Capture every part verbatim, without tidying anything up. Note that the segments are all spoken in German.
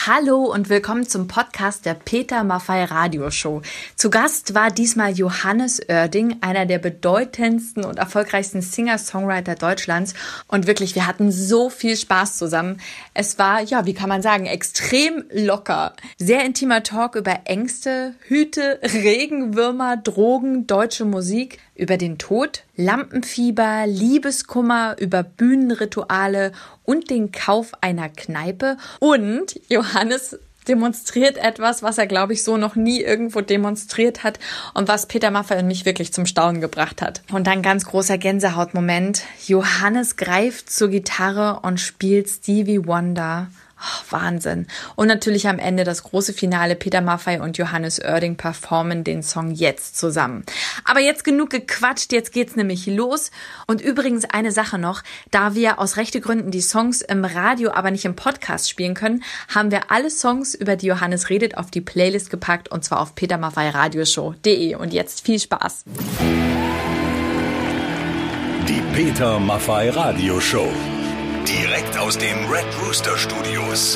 Hallo und willkommen zum Podcast der Peter Maffay Radioshow. Zu Gast war diesmal Johannes Oerding, einer der bedeutendsten und erfolgreichsten Singer-Songwriter Deutschlands. Und wirklich, wir hatten so viel Spaß zusammen. Es war, ja, wie kann man sagen, extrem locker. Sehr intimer Talk über Ängste, Hüte, Regenwürmer, Drogen, deutsche Musik, über den Tod, Lampenfieber, Liebeskummer, über Bühnenrituale und den Kauf einer Kneipe. Und Johannes demonstriert etwas, was er, glaube ich, so noch nie irgendwo demonstriert hat und was Peter Maffay und mich wirklich zum Staunen gebracht hat. Und dann ganz großer Gänsehautmoment. Johannes greift zur Gitarre und spielt Stevie Wonder. Oh, Wahnsinn. Und natürlich am Ende das große Finale. Peter Maffay und Johannes Oerding performen den Song jetzt zusammen. Aber jetzt genug gequatscht, jetzt geht's nämlich los. Und übrigens eine Sache noch, da wir aus Rechtegründen die Songs im Radio, aber nicht im Podcast spielen können, haben wir alle Songs, über die Johannes redet, auf die Playlist gepackt und zwar auf peter maffay radioshow punkt de. Und jetzt viel Spaß. Die Peter Maffay Radioshow. Direkt aus den Red Rooster Studios.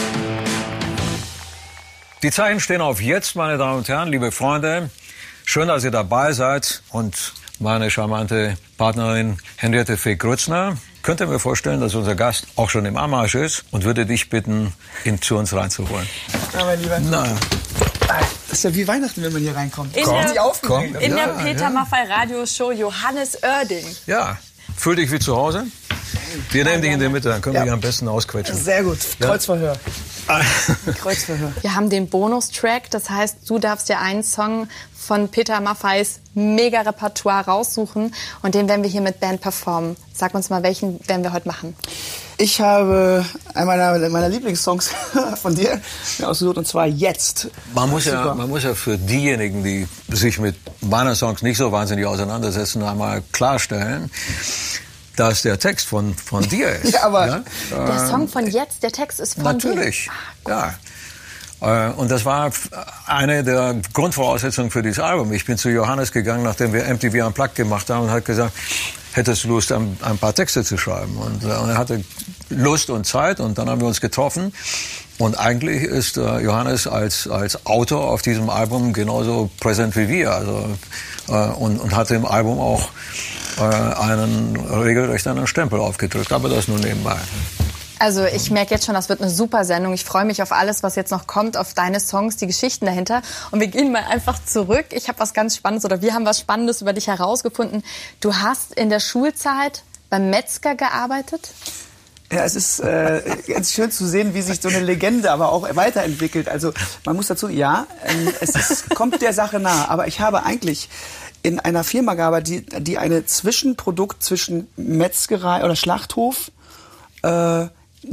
Die Zeichen stehen auf jetzt, meine Damen und Herren, liebe Freunde. Schön, dass ihr dabei seid. Und meine charmante Partnerin Henriette Fee-Grützner. Könnt ihr mir vorstellen, dass unser Gast auch schon im Anmarsch ist und würde dich bitten, ihn zu uns reinzuholen. Ja, mein Lieber. Na. Das ist ja wie Weihnachten, wenn man hier reinkommt. In Komm, der, sich aufgeregt. in Ja, der Peter ja. Maffay Radioshow Johannes Oerding. Ja, fühl dich wie zu Hause. Wir nehmen dich in der Mitte, dann können wir Ja. dich am besten ausquetschen. Sehr gut. Kreuzverhör. Kreuzverhör. Wir haben den Bonustrack, das heißt, du darfst dir einen Song von Peter Maffays Mega-Repertoire raussuchen und den werden wir hier mit Band performen. Sag uns mal, welchen werden wir heute machen? Ich habe einen meiner, meiner Lieblingssongs von dir mir ausgesucht, und zwar Jetzt. Man muss, ja, Super. man muss ja für diejenigen, die sich mit meinen Songs nicht so wahnsinnig auseinandersetzen, einmal klarstellen, dass der Text von, von dir ist. Ja, aber- ja? Der Song von jetzt, der Text ist von Natürlich, dir. ja. Äh, Und das war eine der Grundvoraussetzungen für dieses Album. Ich bin zu Johannes gegangen, nachdem wir M T V Unplugged gemacht haben, und hat gesagt, hättest du Lust, ein, ein paar Texte zu schreiben? Und, äh, und er hatte Lust und Zeit, und dann haben wir uns getroffen. Und eigentlich ist äh, Johannes als, als Autor auf diesem Album genauso präsent wie wir. Also, äh, und, und hat dem Album auch äh, einen regelrecht einen Stempel aufgedrückt. Aber das nur nebenbei. Also ich merke jetzt schon, das wird eine super Sendung. Ich freue mich auf alles, was jetzt noch kommt, auf deine Songs, die Geschichten dahinter. Und wir gehen mal einfach zurück. Ich habe was ganz Spannendes, oder wir haben was Spannendes über dich herausgefunden. Du hast in der Schulzeit beim Metzger gearbeitet? Ja, es ist äh, ganz schön zu sehen, wie sich so eine Legende aber auch weiterentwickelt. Also man muss dazu, ja, ähm, es ist, kommt der Sache nahe. Aber ich habe eigentlich in einer Firma gearbeitet, die, die eine Zwischenprodukt zwischen Metzgerei oder Schlachthof, äh,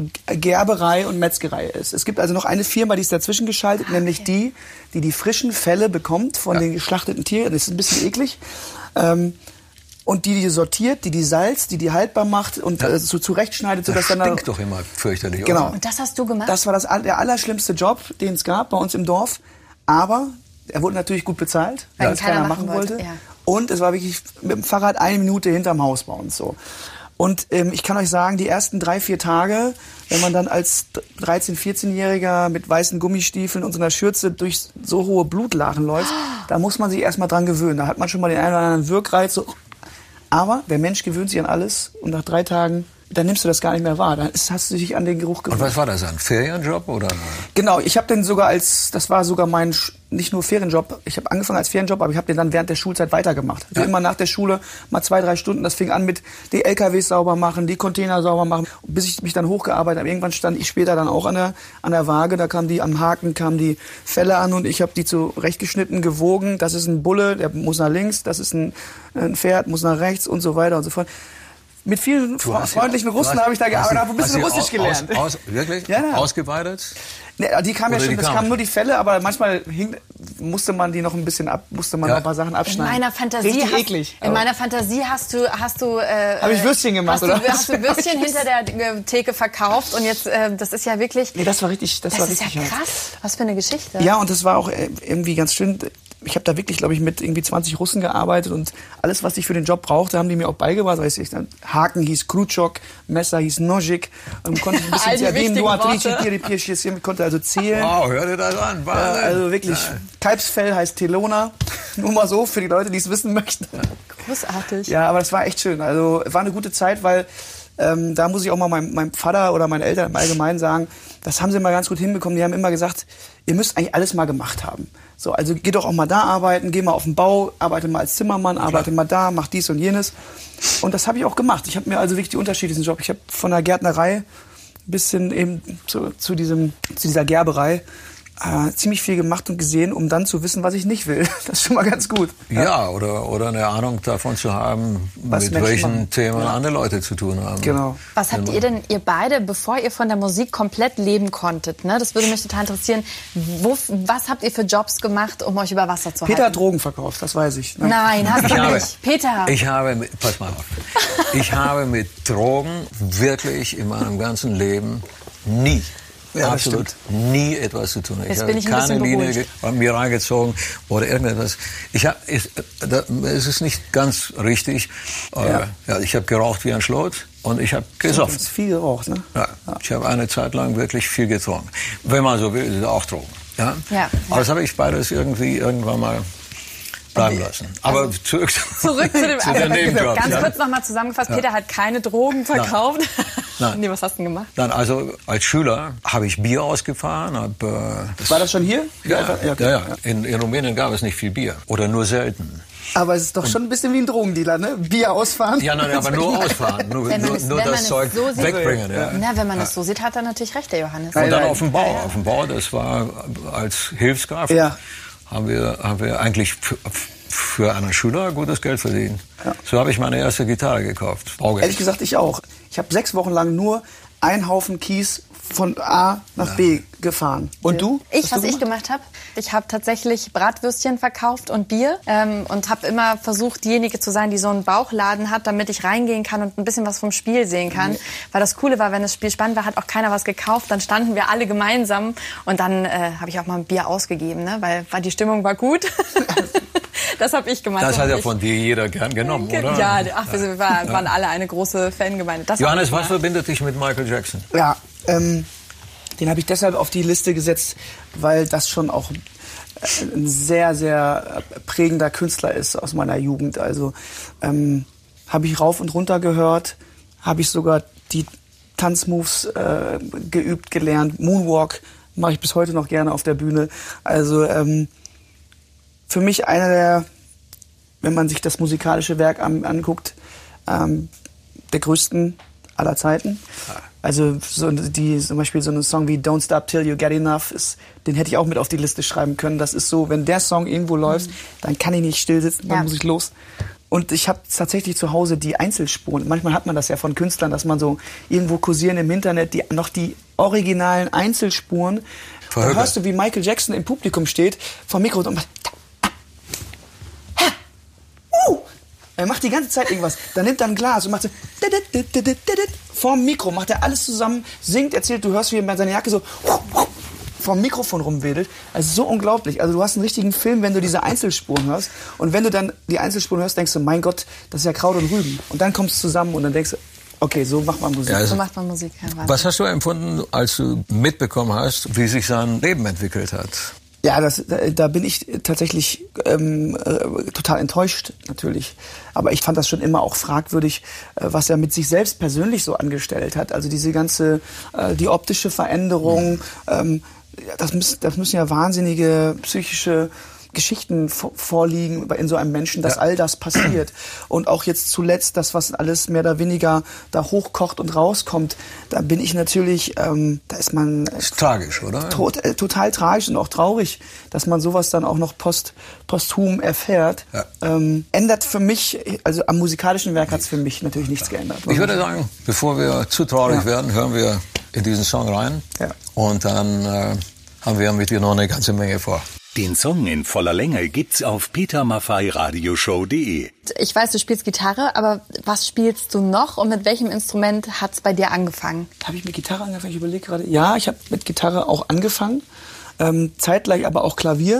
Gerberei und Metzgerei ist. Es gibt also noch eine Firma, die ist dazwischen geschaltet, Ah, nämlich die, die die frischen Felle bekommt von Ja. den geschlachteten Tieren. Das ist ein bisschen eklig. Ähm, und die die sortiert, die die salzt, die die haltbar macht und äh, so zurechtschneidet, sodass Das dann stinkt doch immer fürchterlich. Genau. Oder? Und das hast du gemacht? Das war das, all- der allerschlimmste Job, den es gab bei uns im Dorf. Aber er wurde natürlich gut bezahlt, Weil weil ihn es keiner keiner machen machen wollte, wollte. ja. Und es war wirklich mit dem Fahrrad eine Minute hinterm Haus bei uns so. Und ähm, ich kann euch sagen, die ersten drei, vier Tage, wenn man dann als dreizehn-, vierzehnjähriger mit weißen Gummistiefeln und so einer Schürze durch so hohe Blutlachen läuft, da muss man sich erstmal dran gewöhnen. Da hat man schon mal den einen oder anderen Wirkreiz. So. Aber der Mensch gewöhnt sich an alles, und nach drei Tagen, dann nimmst du das gar nicht mehr wahr. Dann ist, hast du dich an den Geruch Und gewöhnt. was war das, ein Ferienjob oder? Genau, ich habe den sogar als, das war sogar mein, Sch- nicht nur Ferienjob, ich habe angefangen als Ferienjob, aber ich habe den dann während der Schulzeit weitergemacht. Also Ja. immer nach der Schule mal zwei, drei Stunden, das fing an mit die L K Ws sauber machen, die Container sauber machen, bis ich mich dann hochgearbeitet habe. Irgendwann stand ich später dann auch an der, an der Waage, da kamen die am Haken, kamen die Felle an und ich habe die zurechtgeschnitten, gewogen. Das ist ein Bulle, der muss nach links, das ist ein, ein Pferd, muss nach rechts und so weiter und so fort. Mit vielen Du hast freundlichen ja- Russen du hast- habe ich da gearbeitet, habe ein hast bisschen du Russisch aus- gelernt. Aus, aus, wirklich? Ja, ja. Ausgeweitet? Ne, die kamen ja Oder schon, die das kamen kamen schon. nur die Fälle, aber manchmal hing, musste man die noch ein bisschen ab, musste man Ja. noch ein paar Sachen In abschneiden. meiner Fantasie Richtig hast, eklig. In meiner Fantasie hast du hast du äh, Hab ich Würstchen gemacht, hast oder? Du, hast du Würstchen hinter der äh, Theke verkauft und jetzt äh, das ist ja wirklich Nee, das war richtig, das, das war ist ja richtig hart. krass. Was für eine Geschichte. Ja, und das war auch äh, irgendwie ganz schön. ich habe da wirklich, glaube ich, mit irgendwie zwanzig Russen gearbeitet und alles, was ich für den Job brauchte, haben die mir auch beigebracht. Weiß ich, Haken hieß Krutschok, Messer hieß Nožik. Und konnte ein bisschen zergehen. Konnte also zählen. Wow, hör dir das an. Ja, also wirklich, ja. Kalbsfell heißt Telona. Nur mal so für die Leute, die es wissen möchten. Großartig. Ja, aber das war echt schön. Also war eine gute Zeit, weil ähm, da muss ich auch mal meinem, meinem Vater oder meinen Eltern im Allgemeinen sagen, das haben sie mal ganz gut hinbekommen. Die haben immer gesagt, ihr müsst eigentlich alles mal gemacht haben. So, also geh doch auch mal da arbeiten, geh mal auf den Bau, arbeite mal als Zimmermann, arbeite mal da, mach dies und jenes. Und das habe ich auch gemacht. Ich habe mir also wirklich die unterschiedlichsten Jobs. Ich habe von der Gärtnerei bis hin eben zu, zu, diesem, zu dieser Gerberei äh, ziemlich viel gemacht und gesehen, um dann zu wissen, was ich nicht will. Das ist schon mal ganz gut. Ja, ja oder, oder eine Ahnung davon zu haben, was mit Menschen welchen machen. Themen ja. andere Leute zu tun haben. Genau. Was habt ihr denn, ihr beide, bevor ihr von der Musik komplett leben konntet, ne? Das würde mich total interessieren. Wo, was habt ihr für Jobs gemacht, um euch über Wasser zu halten? Peter hat Drogen verkauft, das weiß ich. Ne? Nein, hast du habe, nicht. Peter. Ich habe, pass mal auf, ich habe mit Drogen wirklich in meinem ganzen Leben nie Ja, absolut nie etwas zu tun. Jetzt ich bin habe ich ein keine bisschen Linie an mir reingezogen oder irgendetwas. Ich hab, ich, da, es ist nicht ganz richtig. Ja. Äh, ja, ich habe geraucht wie ein Schlot und ich habe gesoffen. Du hast viel geraucht, ne? Ja, ja. Ich habe eine Zeit lang wirklich viel getrunken. Wenn man so will, ist es auch Drogen. Ja? Ja. Aber das habe ich beides irgendwie irgendwann mal bleiben lassen. Aber also, zurück, zurück zu dem zu den Nebenjobs. Ganz ja. kurz nochmal zusammengefasst, ja. Peter hat keine Drogen verkauft. Nein. Nein. Nee, was hast du denn gemacht? Nein, also als Schüler habe ich Bier ausgefahren. Hab, äh, das War das schon hier? Ja, ja, ja, ja. In, in Rumänien gab es nicht viel Bier. Oder nur selten. Aber es ist doch schon ein bisschen wie ein Drogendealer, ne? Bier ausfahren. Ja, nein, aber nur ausfahren. Nur, nur, es, nur das Zeug so wegbringen. Sieht, ja. Na, wenn man es so sieht, hat er natürlich recht, der Johannes. Und dann auf dem Bau. Auf dem Bau, das war als Hilfskraft, ja. haben, wir, haben wir eigentlich für einen Schüler gutes Geld verdient. Ja. So habe ich meine erste Gitarre gekauft. Baugeld. Ehrlich gesagt, ich auch. Ich habe sechs Wochen lang nur einen Haufen Kies von A nach ja. B gefahren. Und du? Ich, was, was ich gemacht habe, ich habe tatsächlich Bratwürstchen verkauft und Bier ähm, und habe immer versucht, diejenige zu sein, die so einen Bauchladen hat, damit ich reingehen kann und ein bisschen was vom Spiel sehen kann. Mhm. Weil das Coole war, wenn das Spiel spannend war, hat auch keiner was gekauft. Dann standen wir alle gemeinsam und dann äh, habe ich auch mal ein Bier ausgegeben, ne? weil, weil die Stimmung war gut. Das habe ich gemacht. Das hat ja von dir jeder gern genommen, oder? Ja, ach, wir waren, waren alle eine große Fangemeinde. Das Johannes, was verbindet dich mit Michael Jackson? Ja, ähm, den habe ich deshalb auf die Liste gesetzt, weil das schon auch ein sehr, sehr prägender Künstler ist aus meiner Jugend. Also ähm, habe ich rauf und runter gehört, habe ich sogar die Tanzmoves äh, geübt, gelernt. Moonwalk mache ich bis heute noch gerne auf der Bühne. Also ähm, für mich einer der, wenn man sich das musikalische Werk an, anguckt, ähm, der größten aller Zeiten. Also so die, zum Beispiel so ein Song wie Don't Stop Till You Get Enough, ist, den hätte ich auch mit auf die Liste schreiben können. Das ist so, wenn der Song irgendwo läuft, mhm. dann kann ich nicht still sitzen, dann ja. muss ich los. Und ich habe tatsächlich zu Hause die Einzelspuren. Manchmal hat man das ja von Künstlern, dass man so irgendwo kursieren im Internet die, noch die originalen Einzelspuren. Da hörst du, wie Michael Jackson im Publikum steht, vom Mikro und macht er macht die ganze Zeit irgendwas. Dann nimmt er ein Glas und macht so vorm Mikro, macht er alles zusammen, singt, erzählt, du hörst, wie er mit seiner Jacke so vom Mikrofon rumwedelt. Also so unglaublich. Also du hast einen richtigen Film, wenn du diese Einzelspuren hörst. Und wenn du dann die Einzelspuren hörst, denkst du, mein Gott, das ist ja Kraut und Rüben. Und dann kommst du zusammen und dann denkst du, okay, so macht man Musik. Ja, also so macht man Musik. Ja, was hast du empfunden, als du mitbekommen hast, wie sich sein Leben entwickelt hat? Ja, das, da bin ich tatsächlich ähm, äh, total enttäuscht, natürlich. Aber ich fand das schon immer auch fragwürdig, äh, was er mit sich selbst persönlich so angestellt hat. Also diese ganze, äh, die optische Veränderung, ähm, das, müssen, das müssen ja wahnsinnige psychische Geschichten vorliegen in so einem Menschen, dass ja. all das passiert. Und auch jetzt zuletzt, das, was alles mehr oder weniger da hochkocht und rauskommt, da bin ich natürlich, ähm, da ist man... Das ist tragisch, oder? Tot, äh, total tragisch und auch traurig, dass man sowas dann auch noch post, posthum erfährt. Ja. Ähm, ändert für mich, also am musikalischen Werk hat es für mich natürlich nichts ja. geändert. Ich würde sagen, bevor wir zu traurig ja. werden, hören wir in diesen Song rein. Ja. Und dann äh, haben wir mit dir noch eine ganze Menge vor. Den Song in voller Länge gibt's auf peter maffay radioshow punkt de. Ich weiß, du spielst Gitarre, aber was spielst du noch und mit welchem Instrument hat's bei dir angefangen? Habe ich mit Gitarre angefangen? Ich überlege gerade. Ja, ich habe mit Gitarre auch angefangen, ähm, zeitgleich aber auch Klavier.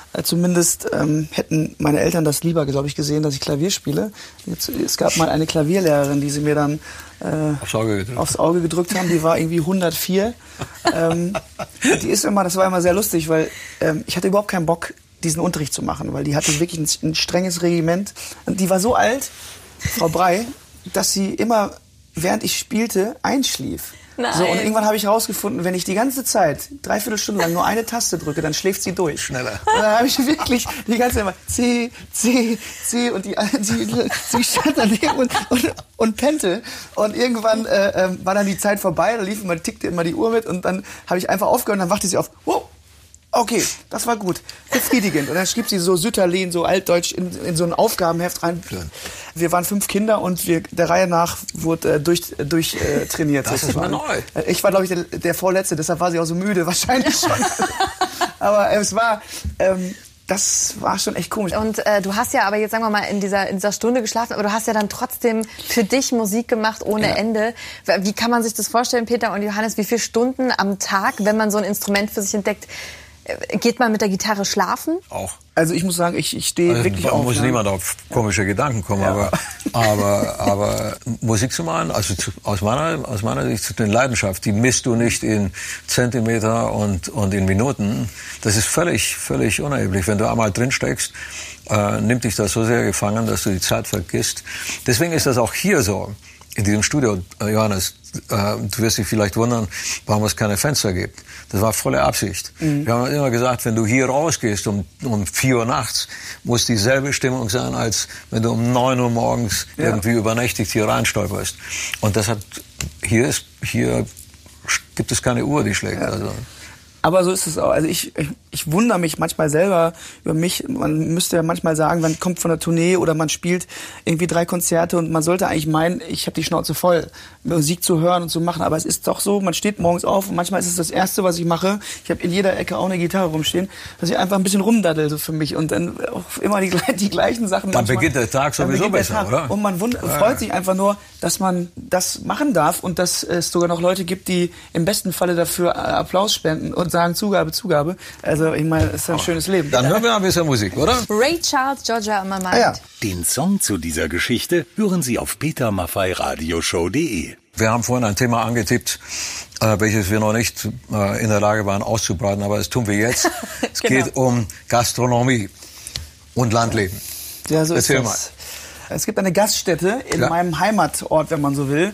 Äh, zumindest ähm, hätten meine Eltern das lieber, glaube ich, gesehen, dass ich Klavier spiele. Jetzt, es gab mal eine Klavierlehrerin, die sie mir dann äh, aufs, Auge aufs Auge gedrückt haben. Die war irgendwie hundertvier. ähm, die ist immer, das war immer sehr lustig, weil ähm, ich hatte überhaupt keinen Bock, diesen Unterricht zu machen, weil die hatte wirklich ein, ein strenges Regiment. Und die war so alt, Frau Brey, dass sie immer, während ich spielte, einschlief. Nein. So, und irgendwann habe ich herausgefunden, wenn ich die ganze Zeit, dreiviertel Stunde lang nur eine Taste drücke, dann schläft sie durch. Schneller. Und dann habe ich wirklich die ganze Zeit immer C, C, C und die, sie, sie stand daneben und, und, und pennte. Und irgendwann äh, äh, war dann die Zeit vorbei, da lief immer, tickte immer die Uhr mit und dann habe ich einfach aufgehört und dann wachte sie auf. Wow. Okay, das war gut. Befriedigend. Und dann schrieb sie so Sütterlin, so altdeutsch, in, in so ein Aufgabenheft rein. Wir waren fünf Kinder und wir, der Reihe nach wurde äh, durch, durch äh, trainiert. Das ist mal neu. Ich war, glaube ich, der, der Vorletzte, deshalb war sie auch so müde, wahrscheinlich schon. Aber äh, es war... Ähm, Das war schon echt komisch. Und äh, du hast ja aber jetzt, sagen wir mal, in dieser, in dieser Stunde geschlafen, aber du hast ja dann trotzdem für dich Musik gemacht ohne ja. Ende. Wie kann man sich das vorstellen, Peter und Johannes, wie viele Stunden am Tag, wenn man so ein Instrument für sich entdeckt, geht man mit der Gitarre schlafen? Auch. Also ich muss sagen, ich, ich stehe also wirklich auf. auf. Muss ja. niemand auf komische Gedanken kommen, ja. aber, aber, aber Musik zu machen, also zu, aus, meiner, aus meiner Sicht eine Leidenschaft, die misst du nicht in Zentimeter und, und in Minuten. Das ist völlig, völlig unerheblich. Wenn du einmal drin steckst, äh, nimmt dich das so sehr gefangen, dass du die Zeit vergisst. Deswegen ist das auch hier so. In diesem Studio, Johannes, äh, du wirst dich vielleicht wundern, warum es keine Fenster gibt. Das war volle Absicht. Mhm. Wir haben immer gesagt, wenn du hier rausgehst um, um vier Uhr nachts, muss dieselbe Stimmung sein, als wenn du um neun Uhr morgens ja. irgendwie übernächtigt hier reinstolperst. Und das hat, hier ist, hier gibt es keine Uhr, die schlägt. Ja. Also. Aber so ist es auch. Also ich, ich, ich wundere mich manchmal selber über mich. Man müsste ja manchmal sagen, man kommt von der Tournee oder man spielt irgendwie drei Konzerte und man sollte eigentlich meinen, ich habe die Schnauze voll, Musik zu hören und zu machen. Aber es ist doch so, man steht morgens auf und manchmal ist es das Erste, was ich mache. Ich habe in jeder Ecke auch eine Gitarre rumstehen, dass ich einfach ein bisschen rumdaddel so für mich und dann auch immer die, die gleichen Sachen. Dann manchmal, beginnt der Tag sowieso besser, Tag. Oder? Und man wund- freut sich einfach nur, dass man das machen darf und dass es sogar noch Leute gibt, die im besten Falle dafür Applaus spenden und sagen Zugabe, Zugabe. Also ich meine, es ist ein oh. schönes Leben. Dann hören wir ein bisschen Musik, oder? Ray Charles, Georgia on my mind. Ah, ja. Den Song zu dieser Geschichte hören Sie auf peter maffay radioshow punkt de. Wir haben vorhin ein Thema angetippt, äh, welches wir noch nicht äh, in der Lage waren auszubreiten, aber das tun wir jetzt. Es genau. geht um Gastronomie und Landleben. Ja, so Erzähl ist das. Mal. Es gibt eine Gaststätte in ja. meinem Heimatort, wenn man so will.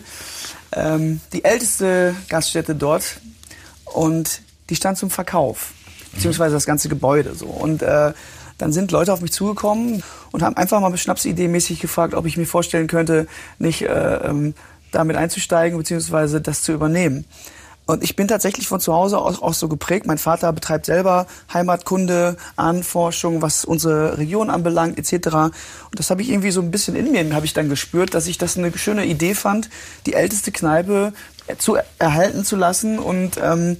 Ähm, die älteste Gaststätte dort. Und die stand zum Verkauf, beziehungsweise das ganze Gebäude so. Und äh, dann sind Leute auf mich zugekommen und haben einfach mal Schnapsidee-mäßig gefragt, ob ich mir vorstellen könnte, nicht äh, ähm, damit einzusteigen, beziehungsweise das zu übernehmen. Und ich bin tatsächlich von zu Hause aus auch so geprägt. Mein Vater betreibt selber Heimatkunde, Ahnenforschung, was unsere Region anbelangt, et cetera. Und das habe ich irgendwie so ein bisschen in mir, habe ich dann gespürt, dass ich das eine schöne Idee fand, die älteste Kneipe zu erhalten zu lassen und ähm,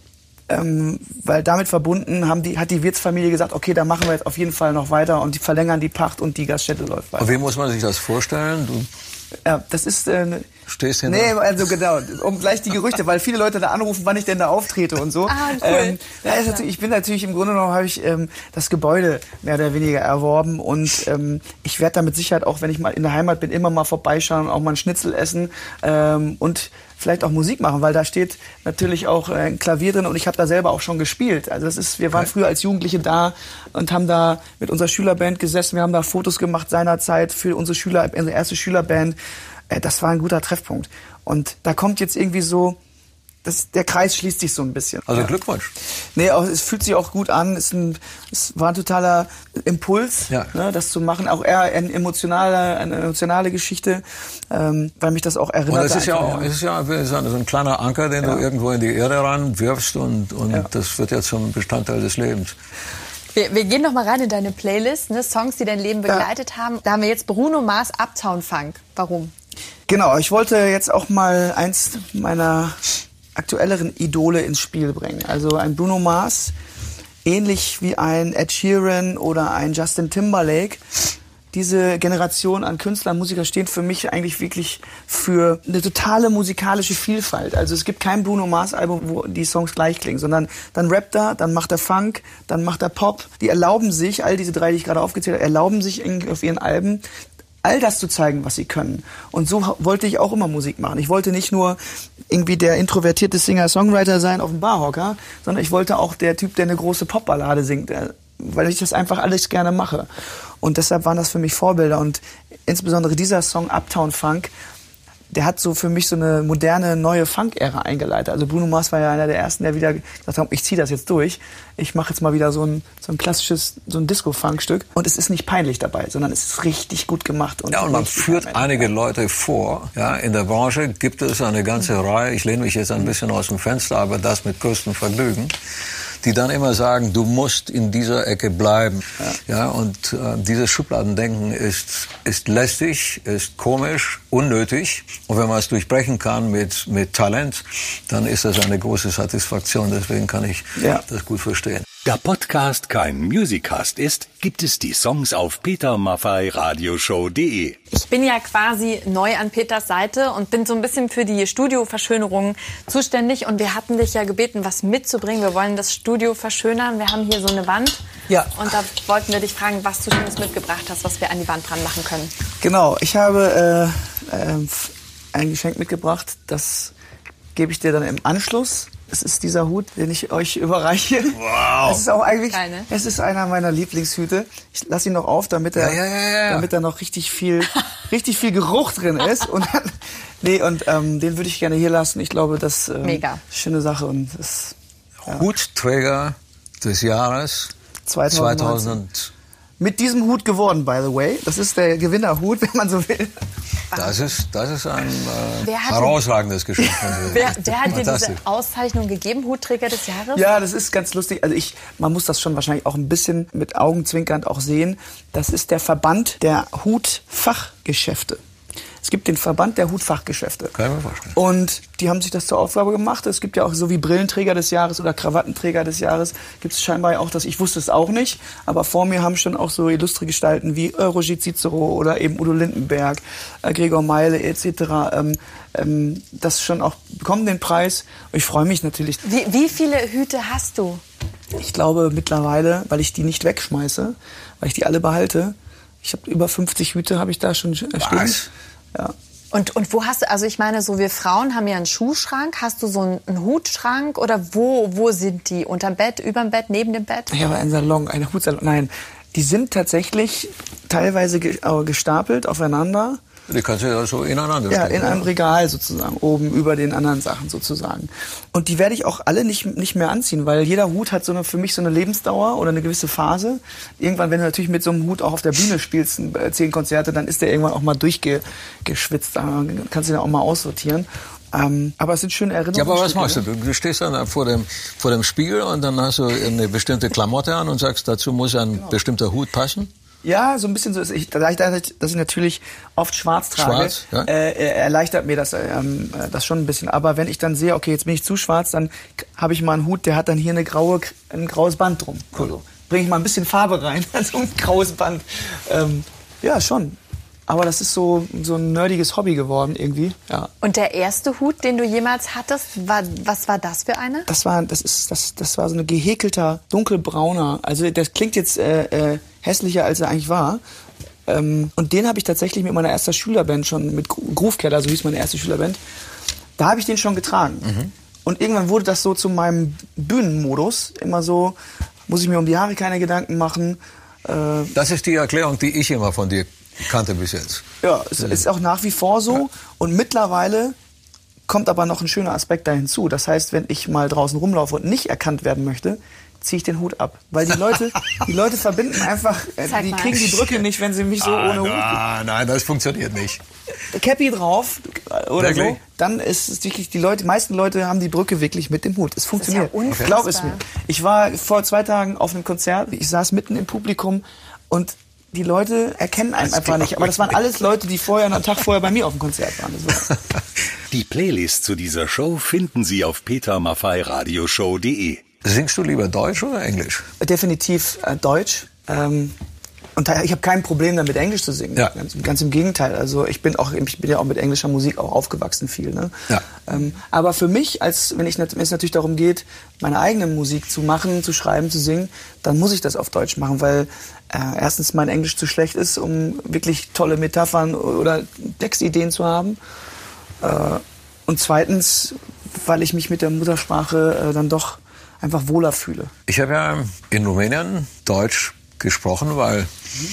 ähm, weil damit verbunden haben die, hat die Wirtsfamilie gesagt, okay, da machen wir jetzt auf jeden Fall noch weiter und die verlängern die Pacht und die Gaststätte läuft weiter. Und wie muss man sich das vorstellen? Du ja, das ist äh, stehst hinter. Nee, also genau, um gleich die Gerüchte, weil viele Leute da anrufen, wann ich denn da auftrete und so. Ah, cool. Ähm, ja, ist natürlich, ich bin natürlich im Grunde genommen habe ich ähm, das Gebäude mehr oder weniger erworben und ähm, ich werde da mit Sicherheit auch, wenn ich mal in der Heimat bin, immer mal vorbeischauen, auch mal ein Schnitzel essen ähm, und vielleicht auch Musik machen, weil da steht natürlich auch ein Klavier drin und ich habe da selber auch schon gespielt. Also das ist, wir waren früher als Jugendliche da und haben da mit unserer Schülerband gesessen, wir haben da Fotos gemacht seinerzeit für unsere Schüler, unsere erste Schülerband. Das war ein guter Treffpunkt. Und da kommt jetzt irgendwie so, das, der Kreis schließt sich so ein bisschen. Also ja. Glückwunsch. Nee, auch, es fühlt sich auch gut an. Es, ein, es war ein totaler Impuls, ja. ne, das zu machen. Auch eher eine emotionale, eine emotionale Geschichte, ähm, weil mich das auch erinnert. Und es ist ja auch, es ist ja so ein kleiner Anker, den ja. du irgendwo in die Erde reinwirfst und, und ja. das wird ja zum Bestandteil des Lebens. Wir, wir gehen noch mal rein in deine Playlist, ne? Songs, die dein Leben begleitet ja. haben. Da haben wir jetzt Bruno Mars, Uptown Funk. Warum? Genau, ich wollte jetzt auch mal eins meiner aktuelleren Idole ins Spiel bringen. Also ein Bruno Mars, ähnlich wie ein Ed Sheeran oder ein Justin Timberlake, diese Generation an Künstlern, Musiker stehen für mich eigentlich wirklich für eine totale musikalische Vielfalt. Also es gibt kein Bruno Mars Album, wo die Songs gleich klingen, sondern dann rappt er, dann macht er Funk, dann macht er Pop. Die erlauben sich, all diese drei, die ich gerade aufgezählt habe, erlauben sich auf ihren Alben all das zu zeigen, was sie können. Und so wollte ich auch immer Musik machen. Ich wollte nicht nur irgendwie der introvertierte Singer-Songwriter sein auf dem Barhocker, sondern ich wollte auch der Typ, der eine große Popballade singt, weil ich das einfach alles gerne mache. Und deshalb waren das für mich Vorbilder. Und insbesondere dieser Song Uptown Funk, der hat so für mich so eine moderne, neue Funk-Ära eingeleitet. Also Bruno Mars war ja einer der Ersten, der wieder gesagt hat, ich ziehe das jetzt durch. Ich mache jetzt mal wieder so ein, so ein klassisches, so ein Disco-Funk-Stück. Und es ist nicht peinlich dabei, sondern es ist richtig gut gemacht. Und ja, und man führt einige Leute vor. Ja, in der Branche gibt es eine ganze mhm. Reihe, ich lehne mich jetzt ein bisschen aus dem Fenster, aber das mit größtem Vergnügen, die dann immer sagen, du musst in dieser Ecke bleiben. Ja, ja und äh, dieses Schubladendenken ist, ist lästig, ist komisch, unnötig. Und wenn man es durchbrechen kann mit, mit Talent, dann ist das eine große Satisfaktion. Deswegen kann ich ja. das gut verstehen. Da Podcast kein Musicast ist, gibt es die Songs auf peter maffay radioshow punkt de. Ich bin ja quasi neu an Peters Seite und bin so ein bisschen für die Studioverschönerung zuständig. Und wir hatten dich ja gebeten, was mitzubringen. Wir wollen das Studio verschönern. Wir haben hier so eine Wand. Ja. Und da wollten wir dich fragen, was du Schönes mitgebracht hast, was wir an die Wand dran machen können. Genau, ich habe äh, äh, ein Geschenk mitgebracht. Das gebe ich dir dann im Anschluss. Es ist dieser Hut, den ich euch überreiche. Wow. Es ist auch eigentlich, Keine. es ist einer meiner Lieblingshüte. Ich lasse ihn noch auf, damit er, ja, ja, ja, ja. damit da noch richtig viel, richtig viel Geruch drin ist. Und dann, nee, und ähm, den würde ich gerne hier lassen. Ich glaube, das ähm, Mega. ist eine schöne Sache und das. Ja. Hutträger des Jahres zweitausend. Mit diesem Hut geworden, by the way. Das ist der Gewinnerhut, wenn man so will. Das ist, das ist ein äh, wer herausragendes Geschenk. Wer, wer hat dir diese Auszeichnung gegeben, Hutträger des Jahres? Ja, das ist ganz lustig. Also ich, man muss das schon wahrscheinlich auch ein bisschen mit Augenzwinkernd auch sehen. Das ist der Verband der Hutfachgeschäfte. Es gibt den Verband der Hutfachgeschäfte. Kann ich mir vorstellen. Und die haben sich das zur Aufgabe gemacht. Es gibt ja auch so wie Brillenträger des Jahres oder Krawattenträger des Jahres. Gibt es scheinbar auch das, ich wusste es auch nicht, aber vor mir haben schon auch so illustre Gestalten wie äh, Roger Cicero oder eben Udo Lindenberg, äh, Gregor Meile et cetera. Ähm, ähm, das schon auch bekommen den Preis. Und ich freue mich natürlich. Wie, wie viele Hüte hast du? Ich glaube mittlerweile, weil ich die nicht wegschmeiße, weil ich die alle behalte. Ich habe über fünfzig Hüte, habe ich da schon stehen. Was? Ja. Und, und wo hast du, also ich meine, so wir Frauen haben ja einen Schuhschrank. Hast du so einen, einen Hutschrank oder wo, wo sind die? Unterm Bett, überm Bett, neben dem Bett? Ich habe einen Salon, einen Hutsalon. Nein, die sind tatsächlich teilweise gestapelt aufeinander. Die kannst du ja so ineinander Ja, stellen. in einem Regal sozusagen, oben über den anderen Sachen sozusagen. Und die werde ich auch alle nicht, nicht mehr anziehen, weil jeder Hut hat so eine, für mich so eine Lebensdauer oder eine gewisse Phase. Irgendwann, wenn du natürlich mit so einem Hut auch auf der Bühne spielst, zehn Konzerte, dann ist der irgendwann auch mal durchgeschwitzt. Dann kannst du den auch mal aussortieren. Ähm, aber es sind schöne Erinnerungen. Ja, aber was machst du? Du stehst dann vor dem, vor dem Spiegel und dann hast du eine bestimmte Klamotte an und sagst, dazu muss ein genau. bestimmter Hut passen? Ja, so ein bisschen so ist ich, da ich, dass ich natürlich oft schwarz trage, schwarz, ja? äh, erleichtert mir das, ähm, das schon ein bisschen. Aber wenn ich dann sehe, okay, jetzt bin ich zu schwarz, dann habe ich mal einen Hut, der hat dann hier eine graue, ein graues Band drum. Cool. Also bringe ich mal ein bisschen Farbe rein, so ein graues Band. Ähm, ja, schon. Aber das ist so, so ein nerdiges Hobby geworden irgendwie. Ja. Und der erste Hut, den du jemals hattest, war, was war das für eine? Das war, das ist, das, das war so ein gehäkelter, dunkelbrauner. Also das klingt jetzt äh, äh, hässlicher, als er eigentlich war. Ähm, und den habe ich tatsächlich mit meiner ersten Schülerband schon, mit Groovekeller, so hieß meine erste Schülerband, da habe ich den schon getragen. Mhm. Und irgendwann wurde das so zu meinem Bühnenmodus. Immer so, muss ich mir um die Haare keine Gedanken machen. Äh, das ist die Erklärung, die ich immer von dir kannte bis jetzt. Ja, es ist auch nach wie vor so. Ja. Und mittlerweile kommt aber noch ein schöner Aspekt da hinzu. Das heißt, wenn ich mal draußen rumlaufe und nicht erkannt werden möchte, ziehe ich den Hut ab. Weil die Leute, die Leute verbinden einfach, äh, die mal. kriegen die Brücke nicht, wenn sie mich so ah, ohne Hut... Ah, nein, das funktioniert nicht. Cappy drauf oder wirklich? so, dann ist es wirklich, die Leute, die meisten Leute haben die Brücke wirklich mit dem Hut. Es funktioniert. Das ist ja okay. Glaub es mir. Ich war vor zwei Tagen auf einem Konzert, ich saß mitten im Publikum und die Leute erkennen einen das einfach nicht. Aber das waren alles Leute, die vorher, einen Tag vorher bei mir auf dem Konzert waren. Das war die Playlist zu dieser Show finden Sie auf peter maffay radioshow punkt de. Singst du lieber Deutsch oder Englisch? Definitiv äh, Deutsch. Ähm, Und ich habe kein Problem damit, Englisch zu singen. Ja. Ganz, ganz im Gegenteil. Also ich bin auch, ich bin ja auch mit englischer Musik auch aufgewachsen viel. Ne? Ja. Ähm, aber für mich, als wenn, ich, wenn es natürlich darum geht, meine eigene Musik zu machen, zu schreiben, zu singen, dann muss ich das auf Deutsch machen, weil äh, erstens mein Englisch zu schlecht ist, um wirklich tolle Metaphern oder Textideen zu haben. Äh, und zweitens, weil ich mich mit der Muttersprache äh, dann doch einfach wohler fühle. Ich habe ja in Rumänien Deutsch gesprochen, weil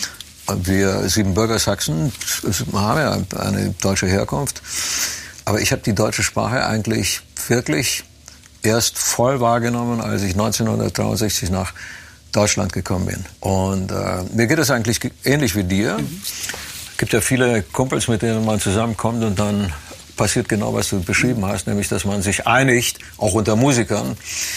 wir Siebenbürger Sachsen haben ja eine deutsche Herkunft. Aber ich habe die deutsche Sprache eigentlich wirklich erst voll wahrgenommen, als ich neunzehnhundertdreiundsechzig nach Deutschland gekommen bin. Und äh, mir geht es eigentlich ähnlich wie dir. Mhm. Es gibt ja viele Kumpels, mit denen man zusammenkommt und dann passiert genau, was du beschrieben hast, nämlich, dass man sich einigt, auch unter Musikern,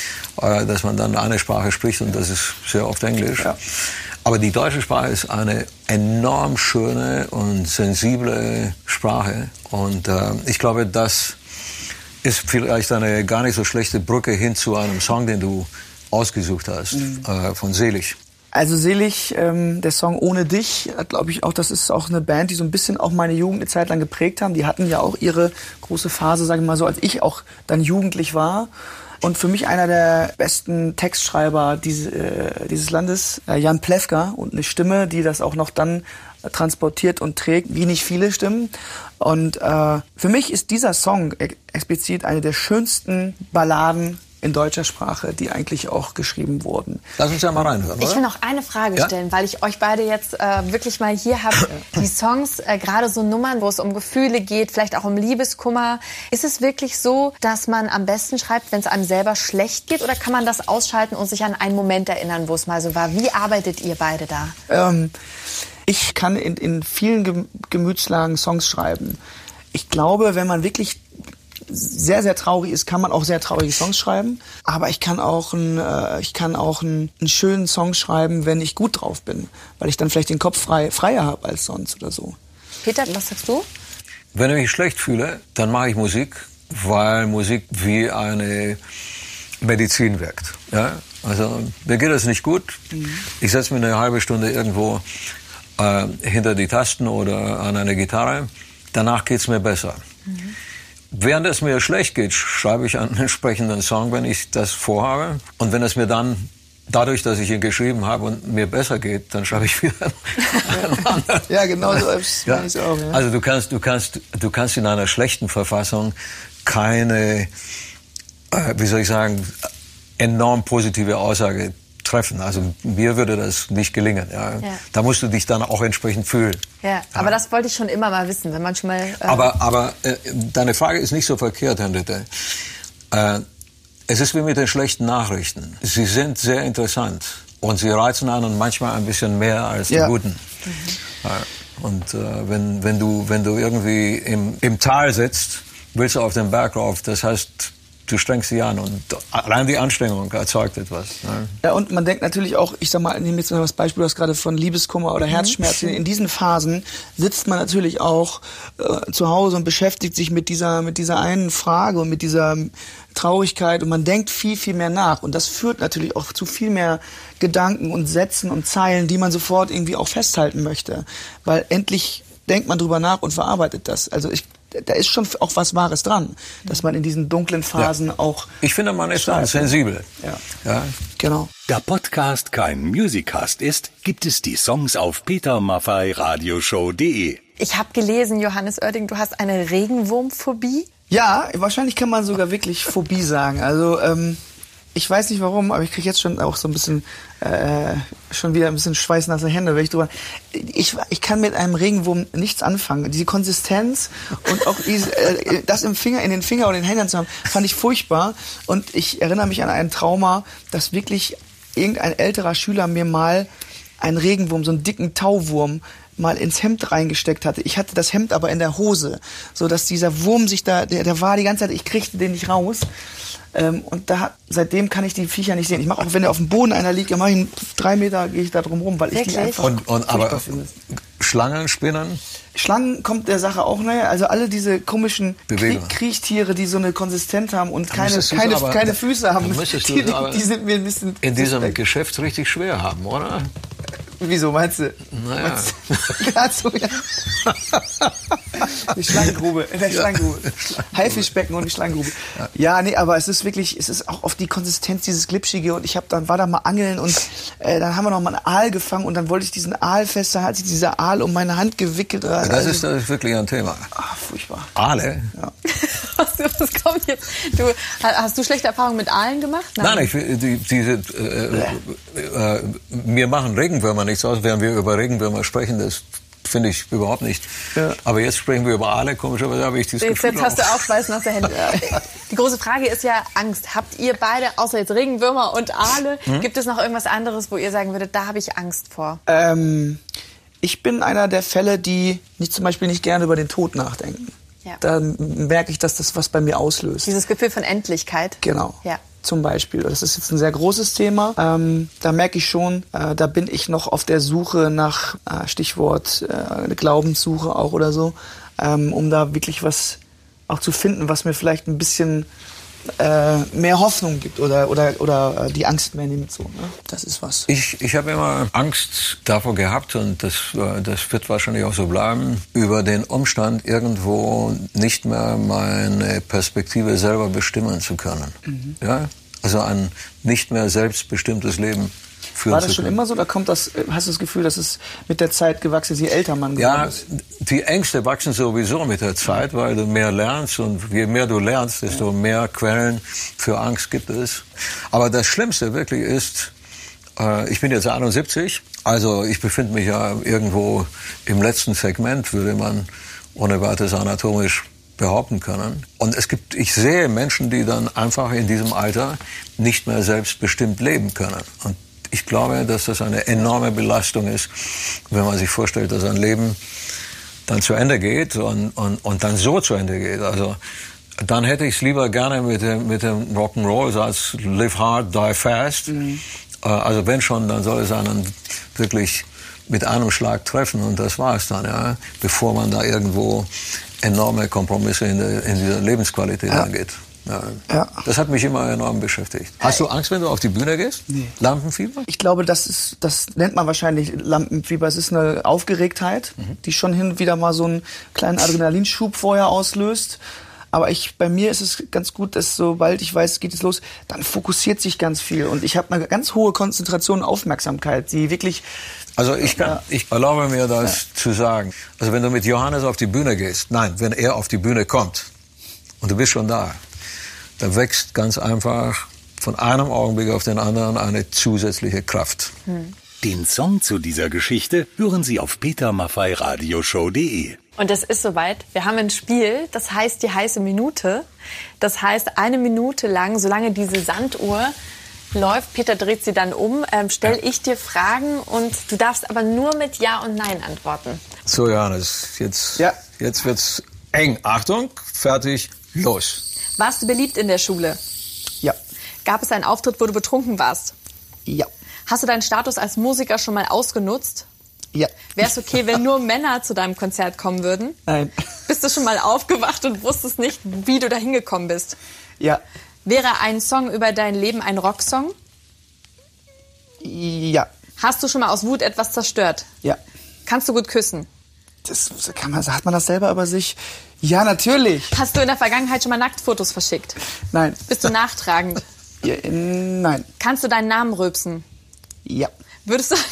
äh, dass man dann eine Sprache spricht und das ist sehr oft Englisch. Ja. Aber die deutsche Sprache ist eine enorm schöne und sensible Sprache und äh, ich glaube, das ist vielleicht eine gar nicht so schlechte Brücke hin zu einem Song, den du ausgesucht hast, mhm. äh, von Selig. Also Selig, ähm, der Song Ohne dich, glaube ich auch, das ist auch eine Band, die so ein bisschen auch meine Jugend eine Zeit lang geprägt haben. Die hatten ja auch ihre große Phase, sage ich mal so, als ich auch dann jugendlich war. Und für mich einer der besten Textschreiber dieses, äh, dieses Landes, äh, Jan Plewka, und eine Stimme, die das auch noch dann äh, transportiert und trägt, wie nicht viele Stimmen. Und äh, für mich ist dieser Song explizit eine der schönsten Balladen in deutscher Sprache, die eigentlich auch geschrieben wurden. Lass uns ja mal reinhören, oder? Ich will noch eine Frage ja? stellen, weil ich euch beide jetzt äh, wirklich mal hier habe. Die Songs, äh, gerade so Nummern, wo es um Gefühle geht, vielleicht auch um Liebeskummer. Ist es wirklich so, dass man am besten schreibt, wenn es einem selber schlecht geht? Oder kann man das ausschalten und sich an einen Moment erinnern, wo es mal so war? Wie arbeitet ihr beide da? Ähm, ich kann in, in vielen Gemütslagen Songs schreiben. Ich glaube, wenn man wirklich sehr, sehr traurig ist, kann man auch sehr traurige Songs schreiben. Aber ich kann auch, ein, äh, ich kann auch ein, einen schönen Song schreiben, wenn ich gut drauf bin. Weil ich dann vielleicht den Kopf frei, freier habe als sonst oder so. Peter, was sagst du? Wenn ich mich schlecht fühle, dann mache ich Musik, weil Musik wie eine Medizin wirkt. Ja? Also mir geht es nicht gut. Mhm. Ich setze mich eine halbe Stunde irgendwo äh, hinter die Tasten oder an eine Gitarre. Danach geht es mir besser. Mhm. Während es mir schlecht geht, schreibe ich einen entsprechenden Song, wenn ich das vorhabe. Und wenn es mir dann, dadurch, dass ich ihn geschrieben habe und mir besser geht, dann schreibe ich wieder einen anderen. Ja, genau so ist ja. es auch. Ja. Also du kannst, du kannst, du kannst in einer schlechten Verfassung keine, äh, wie soll ich sagen, enorm positive Aussage treffen. Also mir würde das nicht gelingen. Ja. Ja. Da musst du dich dann auch entsprechend fühlen. Ja, aber ja. das wollte ich schon immer mal wissen, wenn man schon mal. Äh aber aber äh, deine Frage ist nicht so verkehrt, Henriette. Äh, es ist wie mit den schlechten Nachrichten. Sie sind sehr interessant und sie reizen einen manchmal ein bisschen mehr als die ja. guten. Mhm. Ja. Und äh, wenn wenn du wenn du irgendwie im im Tal sitzt, willst du auf den Berg rauf. Das heißt, du strengst dich an und allein die Anstrengung erzeugt etwas. Ne? Ja, und man denkt natürlich auch, ich sag mal, nehme jetzt mal das Beispiel, du hast gerade von Liebeskummer oder Herzschmerzen. In diesen Phasen sitzt man natürlich auch äh, zu Hause und beschäftigt sich mit dieser, mit dieser einen Frage und mit dieser Traurigkeit und man denkt viel, viel mehr nach. Und das führt natürlich auch zu viel mehr Gedanken und Sätzen und Zeilen, die man sofort irgendwie auch festhalten möchte. Weil endlich denkt man drüber nach und verarbeitet das. Also ich da ist schon auch was Wahres dran, dass man in diesen dunklen Phasen ja. auch... Ich finde, man ist dann sensibel. Ja. ja, genau. Da Podcast kein Musicast ist, gibt es die Songs auf peter maffay radioshow punkt de. Ich habe gelesen, Johannes Oerding, du hast eine Regenwurmphobie? Ja, wahrscheinlich kann man sogar wirklich Phobie sagen. Also ähm, ich weiß nicht warum, aber ich kriege jetzt schon auch so ein bisschen äh, schon wieder ein bisschen schweißnasse Hände, wenn ich drüber. Ich, ich kann mit einem Regenwurm nichts anfangen. Diese Konsistenz und auch diese, äh, das im Finger, in den Finger oder den Händen zu haben, fand ich furchtbar. Und ich erinnere mich an ein Trauma, dass wirklich irgendein älterer Schüler mir mal einen Regenwurm, so einen dicken Tauwurm, mal ins Hemd reingesteckt hatte. Ich hatte das Hemd aber in der Hose, so dass dieser Wurm sich da, der, der war die ganze Zeit, ich kriegte den nicht raus. Ähm, und da, seitdem kann ich die Viecher nicht sehen. Ich mache auch, wenn der auf dem Boden einer liegt, mache ich drei Meter, gehe ich da drum rum, weil ich die einfach und, und aber finde. Schlangen, Spinnen? Schlangen kommt der Sache auch näher. Also alle diese komischen Krie Kriechtiere, die so eine Konsistenz haben und keine, keine, aber, keine Füße haben, die, die, die sind mir ein bisschen in diesem suspekt. Geschäft richtig schwer haben, oder? Wieso, meinst du? Naja. Meinst du? Ja, so, ja. Die Schlangengrube, in der Schlangengrube. Haifischbecken und die Schlangengrube. Ja. ja, nee, aber es ist wirklich, es ist auch oft die Konsistenz, dieses Glitschige. Und ich hab dann, war da mal angeln und äh, dann haben wir noch mal einen Aal gefangen und dann wollte ich diesen Aal festhalten, hat sich dieser Aal um meine Hand gewickelt. Ja, das, ist, das ist wirklich ein Thema. Ach, furchtbar. Aale? Ja. was, was kommt jetzt? Du, hast du schlechte Erfahrungen mit Aalen gemacht? Nein, Nein ich, die, diese, äh, äh, mir machen Regenwürmer nichts aus, während wir über Regenwürmer sprechen. Das finde ich überhaupt nicht. Ja. Aber jetzt sprechen wir über Aale, komischerweise habe ich dieses jetzt, Gefühl. Jetzt hast du auch Schweiß nach der Hände. Die große Frage ist ja Angst. Habt ihr beide, außer jetzt Regenwürmer und Aale, hm? gibt es noch irgendwas anderes, wo ihr sagen würdet, da habe ich Angst vor? Ähm, ich bin einer der Fälle, die nicht, zum Beispiel nicht gerne über den Tod nachdenken. Ja. Da merke ich, dass das was bei mir auslöst. Dieses Gefühl von Endlichkeit. Genau. Ja. Zum Beispiel. Das ist jetzt ein sehr großes Thema. Ähm, da merke ich schon, äh, da bin ich noch auf der Suche nach, äh, Stichwort, äh, eine Glaubenssuche auch oder so, ähm, um da wirklich was auch zu finden, was mir vielleicht ein bisschen äh, mehr Hoffnung gibt oder, oder, oder die Angst mehr nimmt. So, ne? Das ist was. Ich, ich habe immer Angst davor gehabt, und das, das wird wahrscheinlich auch so bleiben, über den Umstand, irgendwo nicht mehr meine Perspektive selber bestimmen zu können. Mhm. Ja? Also ein nicht mehr selbstbestimmtes Leben führen War das zu schon können. immer so? Oder kommt das, hast du das Gefühl, dass es mit der Zeit gewachsen ist, je älter man geworden ja, ist? Die Ängste wachsen sowieso mit der Zeit, weil du mehr lernst, und je mehr du lernst, desto mehr Quellen für Angst gibt es. Aber das Schlimmste wirklich ist, äh, ich bin jetzt einundsiebzig, also ich befinde mich ja irgendwo im letzten Segment, würde man ohne weiteres anatomisch behaupten können. Und es gibt, ich sehe Menschen, die dann einfach in diesem Alter nicht mehr selbstbestimmt leben können. Und ich glaube, dass das eine enorme Belastung ist, wenn man sich vorstellt, dass ein Leben dann zu Ende geht und, und, und dann so zu Ende geht. Also dann hätte ich es lieber gerne mit dem, mit dem Rock'n'Roll als Live Hard, Die Fast. Mhm. Also wenn schon, dann soll es einen wirklich mit einem Schlag treffen, und das war es dann, ja, bevor man da irgendwo enorme Kompromisse in, der, in dieser Lebensqualität ja. angeht. Ja. Ja. Das hat mich immer enorm beschäftigt. Hast du Angst, wenn du auf die Bühne gehst? Nee. Lampenfieber? Ich glaube, das ist, das nennt man wahrscheinlich Lampenfieber. Es ist eine Aufgeregtheit, mhm. die schon hin und wieder mal so einen kleinen Adrenalinschub vorher auslöst. Aber ich, bei mir ist es ganz gut, dass sobald ich weiß, es geht jetzt los, dann fokussiert sich ganz viel. Und ich habe eine ganz hohe Konzentration und Aufmerksamkeit, die wirklich... Also ich kann, ich erlaube mir das ja. zu sagen. Also wenn du mit Johannes auf die Bühne gehst, nein, wenn er auf die Bühne kommt und du bist schon da, da wächst ganz einfach von einem Augenblick auf den anderen eine zusätzliche Kraft. Hm. Den Song zu dieser Geschichte hören Sie auf peter maffay radioshow punkt de. Und es ist soweit. Wir haben ein Spiel, das heißt die heiße Minute. Das heißt, eine Minute lang, solange diese Sanduhr läuft, Peter dreht sie dann um, ähm, stelle ich dir Fragen, und du darfst aber nur mit Ja und Nein antworten. So, Johannes, jetzt, ja. jetzt wird's eng. Achtung, fertig, los. Warst du beliebt in der Schule? Ja. Gab es einen Auftritt, wo du betrunken warst? Ja. Hast du deinen Status als Musiker schon mal ausgenutzt? Ja. Wäre es okay, wenn nur Männer zu deinem Konzert kommen würden? Nein. Bist du schon mal aufgewacht und wusstest nicht, wie du da hingekommen bist? Ja. Wäre ein Song über dein Leben ein Rocksong? Ja. Hast du schon mal aus Wut etwas zerstört? Ja. Kannst du gut küssen? Das kann man, sagt man das selber über sich? Ja, natürlich. Hast du in der Vergangenheit schon mal Nacktfotos verschickt? Nein. Bist du nachtragend? Ja, nein. Kannst du deinen Namen rülpsen? Ja. Würdest du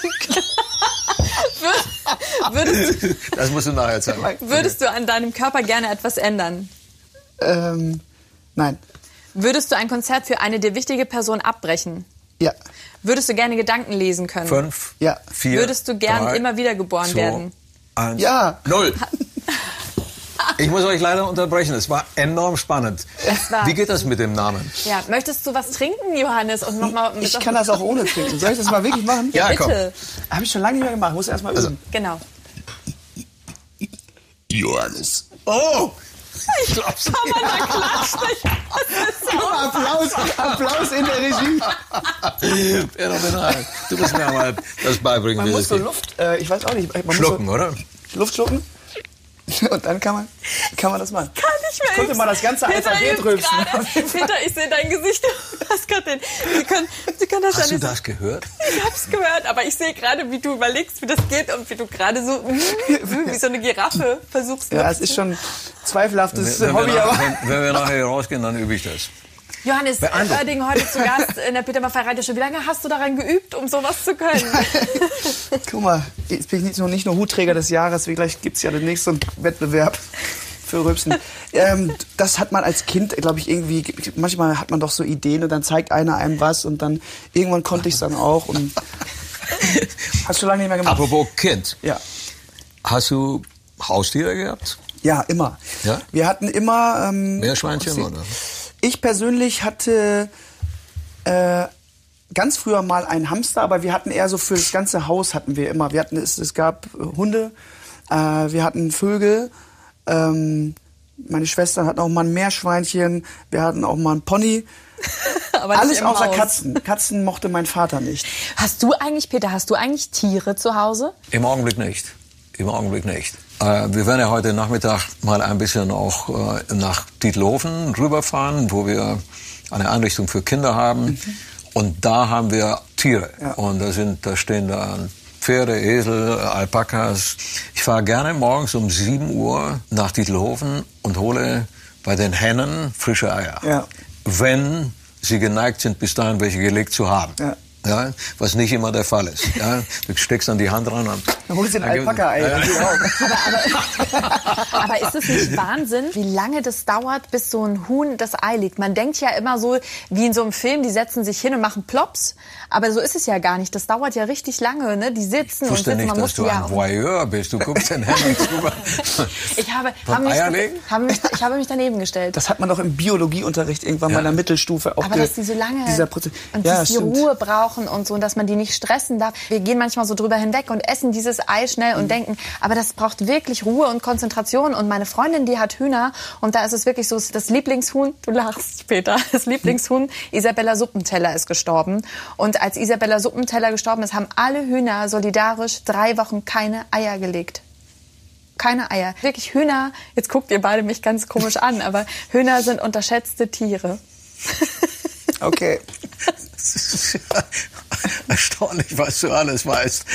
würdest, würdest, das musst du nachher zeigen. Würdest du an deinem Körper gerne etwas ändern? Ähm, nein. Würdest du ein Konzert für eine dir wichtige Person abbrechen? Ja. Würdest du gerne Gedanken lesen können? Fünf, ja. vier, Würdest du gern drei, immer wieder geboren zwei, werden? Eins, ja. Null. Ich muss euch leider unterbrechen. Es war enorm spannend. War, Wie geht das mit dem Namen? Ja, möchtest du was trinken, Johannes? Und noch mal ich kann das auch ohne trinken. Soll ich das mal wirklich machen? Ja, ja bitte. Habe ich schon lange nicht mehr gemacht. Muss erst mal üben. Also. Genau. Johannes. Oh! Ich glaub's nicht. Aber da klatscht nicht. Applaus, Applaus in der Regie. Phänomenal. Du musst mir mal das beibringen. Man muss so Luft, äh, ich weiß auch nicht. Man schlucken, muss so oder? Luft schlucken? Und dann kann man, kann man das machen. Kann ich mehr. Ich konnte mal das ganze Peter Alphabet übt rülpsen. gerade. Peter, ich sehe dein Gesicht. Du hast gerade den. Sie können, Sie können das Hast ja du nicht. das gehört? Ich hab's gehört, aber ich sehe gerade, wie du überlegst, wie das geht und wie du gerade so wie so eine Giraffe versuchst. Ja, es ist schon ein zweifelhaftes Wenn, wenn, Hobby, wir aber... nach, wenn, wenn wir nachher hier rausgehen, dann übe ich das. Johannes Beeindruckt. Oerding heute zu Gast in der Peter Maffay Radioshow. Wie lange hast du daran geübt, um sowas zu können? Guck mal, jetzt bin ich nicht nur, nicht nur Hutträger des Jahres, vielleicht gibt es ja demnächst so einen Wettbewerb für Rülpsen. ähm, das hat man als Kind, glaube ich, irgendwie, manchmal hat man doch so Ideen und dann zeigt einer einem was und dann irgendwann konnte ich es dann auch. Und hast du lange nicht mehr gemacht? Apropos Kind. Ja. Hast du Haustiere gehabt? Ja, immer. Ja? Wir hatten immer... Ähm, Meerschweinchen, oder? Ich persönlich hatte äh, ganz früher mal einen Hamster, aber wir hatten eher so für das ganze Haus hatten wir immer. Wir hatten es, es gab Hunde, äh, wir hatten Vögel. Ähm, meine Schwester hat auch mal ein Meerschweinchen. Wir hatten auch mal einen Pony. Aber alles außer Haus. Katzen. Katzen mochte mein Vater nicht. Hast du eigentlich, Peter, hast du eigentlich Tiere zu Hause? Im Augenblick nicht. Im Augenblick nicht. Äh, wir werden ja heute Nachmittag mal ein bisschen auch äh, nach Dietlofen rüberfahren, wo wir eine Einrichtung für Kinder haben. Mhm. Und da haben wir Tiere. Ja. Und da sind, da stehen da Pferde, Esel, Alpakas. Ich fahre gerne morgens um sieben Uhr nach Dietlofen und hole bei den Hennen frische Eier. Ja. Wenn sie geneigt sind, bis dahin welche gelegt zu haben. Ja. Ja, was nicht immer der Fall ist. Ja, du steckst dann die Hand ran und... Dann holst du ein Alpaka-Ei. Ja. aber, aber, aber ist es nicht Wahnsinn, wie lange das dauert, bis so ein Huhn das Ei legt? Man denkt ja immer so, wie in so einem Film, die setzen sich hin und machen Plops. Aber so ist es ja gar nicht. Das dauert ja richtig lange. Ne? Die sitzen ich wusste und sitzen. nicht, Man dass muss du ja ein Voyeur bist. Du guckst den Händen zu. Ich habe, habe mich, habe mich, ich habe mich daneben gestellt. Das hat man doch im Biologieunterricht irgendwann ja. mal in der Mittelstufe auch. Aber dass die so lange dieser Prozess. und ja, dass die Ruhe brauchen und so, und dass man die nicht stressen darf. Wir gehen manchmal so drüber hinweg und essen dieses Ei schnell und mhm. denken, aber das braucht wirklich Ruhe und Konzentration. Und meine Freundin, die hat Hühner und da ist es wirklich so, das Lieblingshuhn, du lachst, Peter, das Lieblingshuhn, Isabella Suppenteller ist gestorben. Und als Isabella Suppenteller gestorben ist, haben alle Hühner solidarisch drei Wochen keine Eier gelegt. Keine Eier. Wirklich Hühner, jetzt guckt ihr beide mich ganz komisch an, aber Hühner sind unterschätzte Tiere. Okay. Das ist ja erstaunlich, was du alles weißt.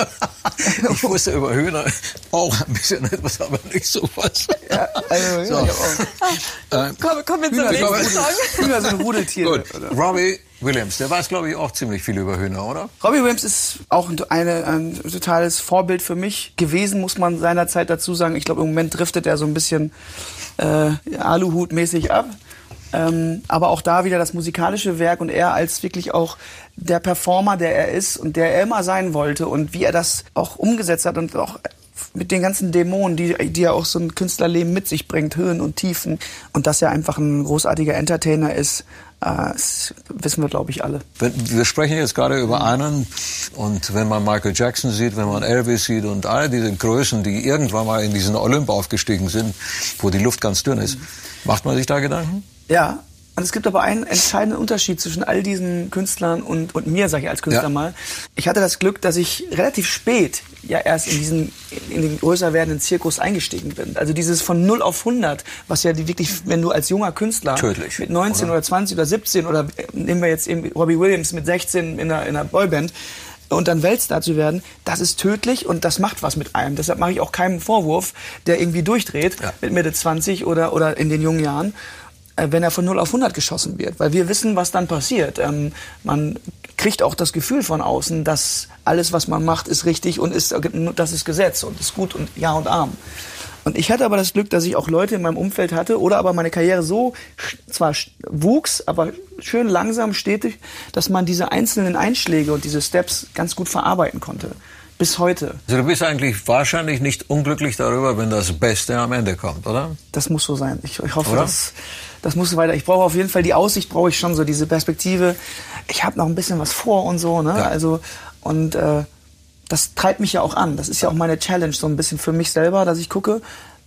Ich wusste über Hühner auch ein bisschen etwas, aber nicht so was. Ja, also, so. ich auch. Äh, komm, komm mit zum nächsten Song. Hühner sind Rudeltiere. Gut. Robbie Williams, der weiß, glaube ich, auch ziemlich viel über Hühner, oder? Robbie Williams ist auch eine, ein totales Vorbild für mich gewesen, muss man seinerzeit dazu sagen. Ich glaube, im Moment driftet er so ein bisschen äh, Aluhut-mäßig ab. Ähm, aber auch da wieder das musikalische Werk und er als wirklich auch der Performer, der er ist und der er immer sein wollte und wie er das auch umgesetzt hat und auch mit den ganzen Dämonen, die, die ja auch so ein Künstlerleben mit sich bringt, Höhen und Tiefen und dass er einfach ein großartiger Entertainer ist, äh, das wissen wir, glaube ich, alle. Wir sprechen jetzt gerade über einen und wenn man Michael Jackson sieht, wenn man Elvis sieht und all diese Größen, die irgendwann mal in diesen Olymp aufgestiegen sind, wo die Luft ganz dünn ist, mhm. macht man sich da Gedanken? Ja, und es gibt aber einen entscheidenden Unterschied zwischen all diesen Künstlern und, und mir, sage ich als Künstler ja. mal. Ich hatte das Glück, dass ich relativ spät ja erst in diesen in den größer werdenden Zirkus eingestiegen bin. Also dieses von null auf hundert, was ja die wirklich, wenn du als junger Künstler tödlich, mit neunzehn oder? oder zwanzig oder siebzehn oder nehmen wir jetzt eben Robbie Williams mit sechzehn in einer, in einer Boyband und dann Weltstar zu werden, das ist tödlich und das macht was mit einem. Deshalb mache ich auch keinen Vorwurf, der irgendwie durchdreht ja. mit Mitte zwanzig oder, oder in den jungen Jahren, wenn er von null auf hundert geschossen wird. Weil wir wissen, was dann passiert. Ähm, man kriegt auch das Gefühl von außen, dass alles, was man macht, ist richtig und ist, das ist Gesetz und ist gut und ja und arm. Und ich hatte aber das Glück, dass ich auch Leute in meinem Umfeld hatte oder aber meine Karriere so zwar wuchs, aber schön langsam, stetig, dass man diese einzelnen Einschläge und diese Steps ganz gut verarbeiten konnte. Bis heute. Also du bist eigentlich wahrscheinlich nicht unglücklich darüber, wenn das Beste am Ende kommt, oder? Das muss so sein. Ich, ich hoffe, dass das muss so weiter. Ich brauche auf jeden Fall die Aussicht, brauche ich schon so diese Perspektive. Ich habe noch ein bisschen was vor und so, ne? Ja. Also und äh, das treibt mich ja auch an. Das ist ja auch meine Challenge so ein bisschen für mich selber, dass ich gucke.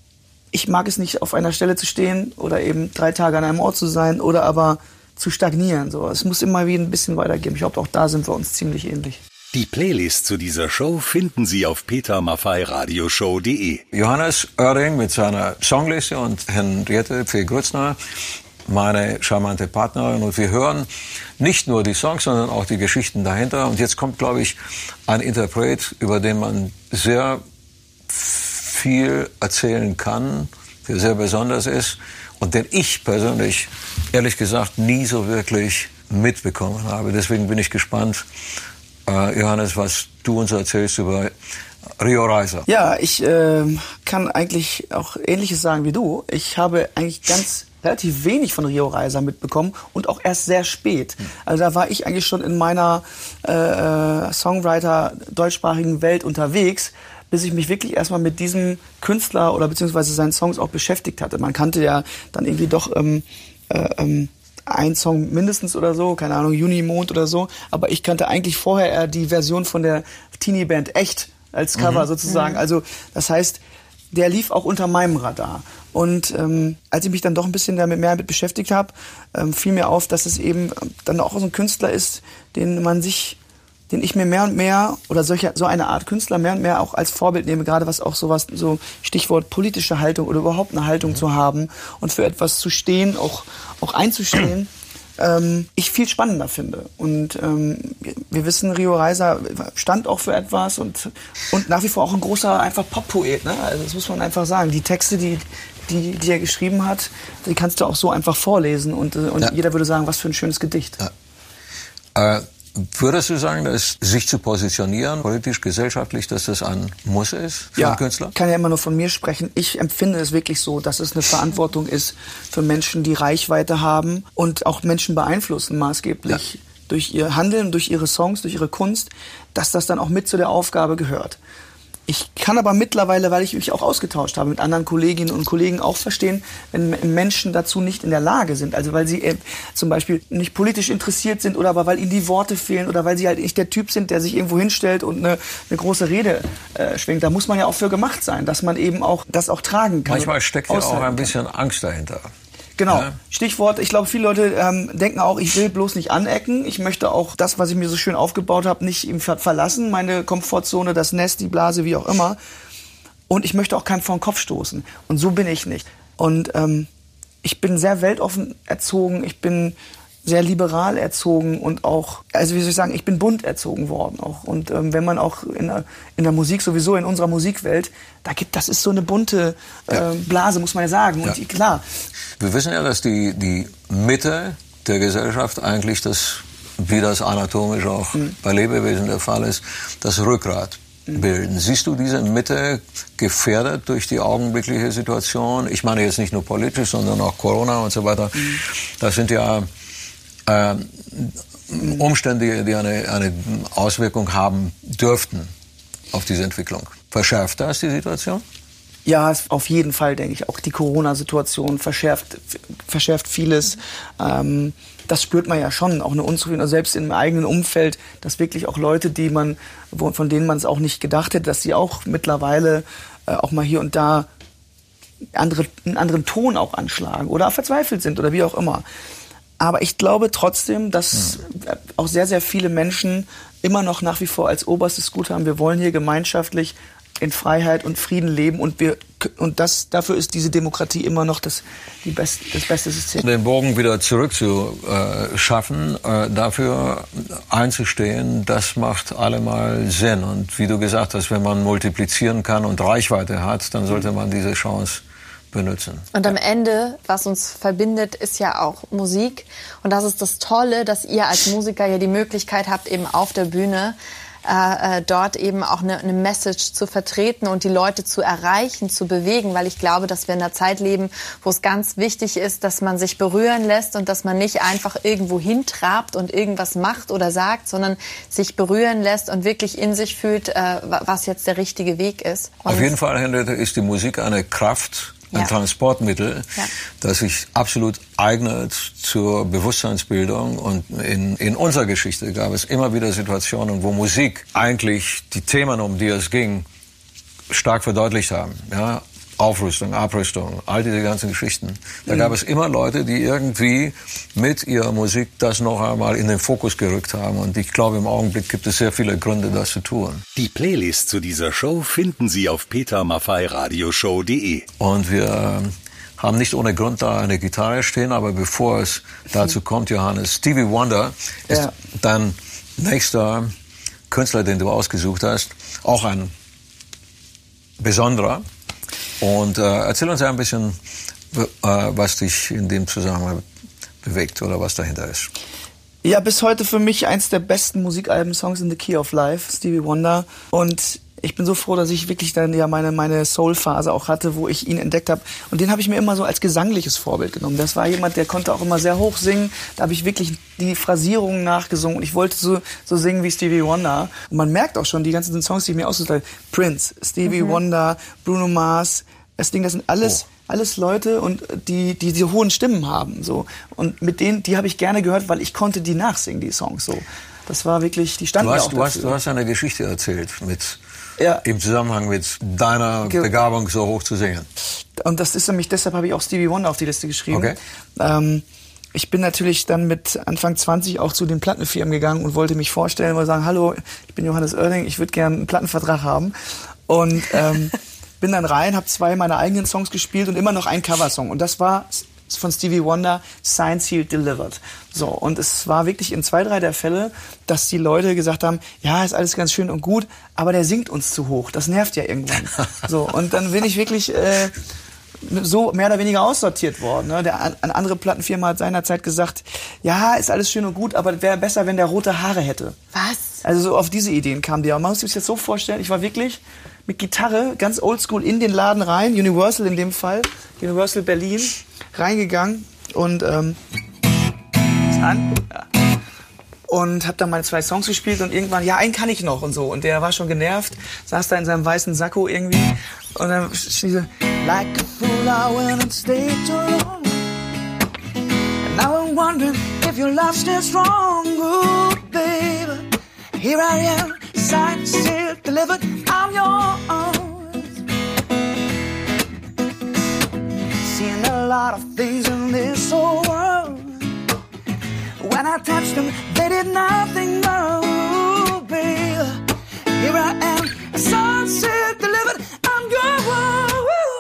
Ich mag es nicht, auf einer Stelle zu stehen oder eben drei Tage an einem Ort zu sein oder aber zu stagnieren. So, es muss immer wieder ein bisschen weitergehen. Ich glaube, auch da sind wir uns ziemlich ähnlich. Die Playlist zu dieser Show finden Sie auf peter maffay radioshow punkt de. Johannes Oerding mit seiner Songliste und Henriette Pfeil-Grützner, meine charmante Partnerin. Und wir hören nicht nur die Songs, sondern auch die Geschichten dahinter. Und jetzt kommt, glaube ich, ein Interpret, über den man sehr viel erzählen kann, der sehr besonders ist und den ich persönlich, ehrlich gesagt, nie so wirklich mitbekommen habe. Deswegen bin ich gespannt, äh, Johannes, was du uns erzählst über Rio Reiser. Ja, ich äh, kann eigentlich auch Ähnliches sagen wie du. Ich habe eigentlich ganz relativ wenig von Rio Reiser mitbekommen und auch erst sehr spät. Also da war ich eigentlich schon in meiner äh, Songwriter deutschsprachigen Welt unterwegs, bis ich mich wirklich erstmal mit diesem Künstler oder beziehungsweise seinen Songs auch beschäftigt hatte. Man kannte ja dann irgendwie doch ähm, äh, ähm, ein Song mindestens oder so, keine Ahnung, Junimond oder so. Aber ich kannte eigentlich vorher eher die Version von der Teenie-Band Echt als Cover mhm. sozusagen. Also das heißt, der lief auch unter meinem Radar. Und ähm, als ich mich dann doch ein bisschen damit mehr mit beschäftigt habe, ähm, fiel mir auf, dass es eben dann auch so ein Künstler ist, den man sich, den ich mir mehr und mehr oder solche, so eine Art Künstler mehr und mehr auch als Vorbild nehme, gerade was auch sowas, so Stichwort politische Haltung oder überhaupt eine Haltung mhm. zu haben und für etwas zu stehen, auch, auch einzustehen. Ähm, ich viel spannender finde. Und ähm, wir wissen, Rio Reiser stand auch für etwas und, und nach wie vor auch ein großer einfach Pop-Poet. Ne? Also das muss man einfach sagen. Die Texte, die, die, die er geschrieben hat, die kannst du auch so einfach vorlesen und, und ja. jeder würde sagen, was für ein schönes Gedicht. Ja. Äh, würdest du sagen, dass sich zu positionieren, politisch, gesellschaftlich, dass das ein Muss ist für ja, einen Künstler? Ich kann ja immer nur von mir sprechen. Ich empfinde es wirklich so, dass es eine Verantwortung ist für Menschen, die Reichweite haben und auch Menschen beeinflussen maßgeblich ja. durch ihr Handeln, durch ihre Songs, durch ihre Kunst, dass das dann auch mit zu der Aufgabe gehört. Ich kann aber mittlerweile, weil ich mich auch ausgetauscht habe mit anderen Kolleginnen und Kollegen, auch verstehen, wenn Menschen dazu nicht in der Lage sind. Also weil sie äh, zum Beispiel nicht politisch interessiert sind oder aber weil ihnen die Worte fehlen oder weil sie halt nicht der Typ sind, der sich irgendwo hinstellt und eine, eine große Rede äh, schwingt. Da muss man ja auch für gemacht sein, dass man eben auch das auch tragen kann. Manchmal steckt ja auch ein bisschen kann. Angst dahinter. Genau, ja. Stichwort, ich glaube, viele Leute ähm, denken auch, ich will bloß nicht anecken. Ich möchte auch das, was ich mir so schön aufgebaut habe, nicht ihm ver- verlassen. Meine Komfortzone, das Nest, die Blase, wie auch immer. Und ich möchte auch keinem vor den Kopf stoßen. Und so bin ich nicht. Und ähm, ich bin sehr weltoffen erzogen. Ich bin sehr liberal erzogen und auch, also wie soll ich sagen, ich bin bunt erzogen worden auch. Und ähm, wenn man auch in der, in der Musik, sowieso in unserer Musikwelt, da gibt, das ist so eine bunte äh, ja. Blase, muss man ja sagen. Und ja. die, klar. Wir wissen ja, dass die, die Mitte der Gesellschaft eigentlich das, wie das anatomisch auch mhm. bei Lebewesen der Fall ist, das Rückgrat mhm. bilden. Siehst du diese Mitte gefährdet durch die augenblickliche Situation? Ich meine jetzt nicht nur politisch, sondern auch Corona und so weiter. Mhm. Das sind ja äh, Umstände, die eine, eine Auswirkung haben dürften auf diese Entwicklung. Verschärft das die Situation? Ja, auf jeden Fall, denke ich. Auch die Corona-Situation verschärft, verschärft vieles. Ähm, das spürt man ja schon, auch eine Unzufriedenheit, selbst im eigenen Umfeld, dass wirklich auch Leute, die man, wo, von denen man es auch nicht gedacht hätte, dass sie auch mittlerweile äh, auch mal hier und da andere, einen anderen Ton auch anschlagen oder verzweifelt sind oder wie auch immer. Aber ich glaube trotzdem, dass ja. auch sehr, sehr viele Menschen immer noch nach wie vor als oberstes Gut haben. Wir wollen hier gemeinschaftlich in Freiheit und Frieden leben und wir und das dafür ist diese Demokratie immer noch das die best, das beste System. Den Bogen wieder zurück zu äh, schaffen, äh, dafür einzustehen, das macht allemal Sinn. Und wie du gesagt hast, wenn man multiplizieren kann und Reichweite hat, dann sollte man diese Chance benutzen. Und am Ende, was uns verbindet, ist ja auch Musik. Und das ist das Tolle, dass ihr als Musiker ja die Möglichkeit habt, eben auf der Bühne äh, dort eben auch eine, eine Message zu vertreten und die Leute zu erreichen, zu bewegen, weil ich glaube, dass wir in einer Zeit leben, wo es ganz wichtig ist, dass man sich berühren lässt und dass man nicht einfach irgendwo hintrabt und irgendwas macht oder sagt, sondern sich berühren lässt und wirklich in sich fühlt, äh, was jetzt der richtige Weg ist. Und auf jeden Fall, Henriette, ist die Musik eine Kraft, ein ja. Transportmittel, ja. das sich absolut eignet zur Bewusstseinsbildung. Und in, in unserer Geschichte gab es immer wieder Situationen, wo Musik eigentlich die Themen, um die es ging, stark verdeutlicht haben. Ja? Aufrüstung, Abrüstung, all diese ganzen Geschichten. Da gab es immer Leute, die irgendwie mit ihrer Musik das noch einmal in den Fokus gerückt haben. Und ich glaube, im Augenblick gibt es sehr viele Gründe, das zu tun. Die Playlist zu dieser Show finden Sie auf peter maffay radioshow punkt de. Und wir haben nicht ohne Grund da eine Gitarre stehen, aber bevor es dazu kommt, Johannes, Stevie Wonder ist ja. dein nächster Künstler, den du ausgesucht hast, auch ein besonderer. Und äh, erzähl uns ein bisschen, äh, was dich in dem Zusammenhang bewegt oder was dahinter ist. Ja, bis heute für mich eins der besten Musikalben-Songs in the Key of Life, Stevie Wonder. Und ich bin so froh, dass ich wirklich dann ja meine, meine Soul-Phase auch hatte, wo ich ihn entdeckt habe. Und den habe ich mir immer so als gesangliches Vorbild genommen. Das war jemand, der konnte auch immer sehr hoch singen. Da habe ich wirklich die Phrasierungen nachgesungen. Und ich wollte so, so singen wie Stevie Wonder. Und man merkt auch schon, die ganzen Songs, die ich mir ausgesucht habe, Prince, Stevie mhm. Wonder, Bruno Mars, das Ding, das sind alles... Oh. Alles Leute und die, die diese hohen Stimmen haben, so. Und mit denen, die habe ich gerne gehört, weil ich konnte die nachsingen, die Songs, so. Das war wirklich, die standen du hast, auch du hast, du hast eine Geschichte erzählt mit, ja. im Zusammenhang mit deiner Ge- Begabung, so hoch zu singen. Und das ist nämlich, deshalb habe ich auch Stevie Wonder auf die Liste geschrieben. Okay. Ähm, ich bin natürlich dann mit Anfang zwanzig auch zu den Plattenfirmen gegangen und wollte mich vorstellen, wollte sagen, hallo, ich bin Johannes Oerding, ich würde gerne einen Plattenvertrag haben. Und ähm, bin dann rein, habe zwei meiner eigenen Songs gespielt und immer noch einen Coversong. Und das war von Stevie Wonder, Signed, Sealed, Delivered. So, und es war wirklich in zwei, drei der Fälle, dass die Leute gesagt haben, ja, ist alles ganz schön und gut, aber der singt uns zu hoch. Das nervt ja irgendwann. So, und dann bin ich wirklich äh, so mehr oder weniger aussortiert worden. Ne? Der, eine andere Plattenfirma hat seinerzeit gesagt, ja, ist alles schön und gut, aber es wäre besser, wenn der rote Haare hätte. Was? Also so auf diese Ideen kam der. Und man muss sich das so vorstellen, ich war wirklich mit Gitarre, ganz oldschool, in den Laden rein, Universal in dem Fall, Universal Berlin, reingegangen und ähm, an, ja. und hab dann meine zwei Songs gespielt und irgendwann, ja, einen kann ich noch und so. Und der war schon genervt, saß da in seinem weißen Sakko irgendwie und dann schrie so, like a fool I went and stayed too long. And now I'm wondering if your love still strong, oh baby. Here I am, signed, sealed, delivered, I'm yours. Seeing a lot of things in this old world. When I touched them, they did nothing wrong, oh, baby. Here I am, signed, sealed, delivered, I'm yours.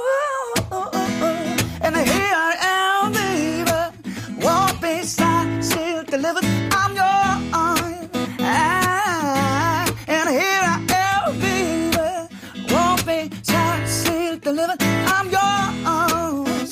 And here I am, baby. Won't be signed, sealed, delivered, I'm yours. Delivered, I'm yours.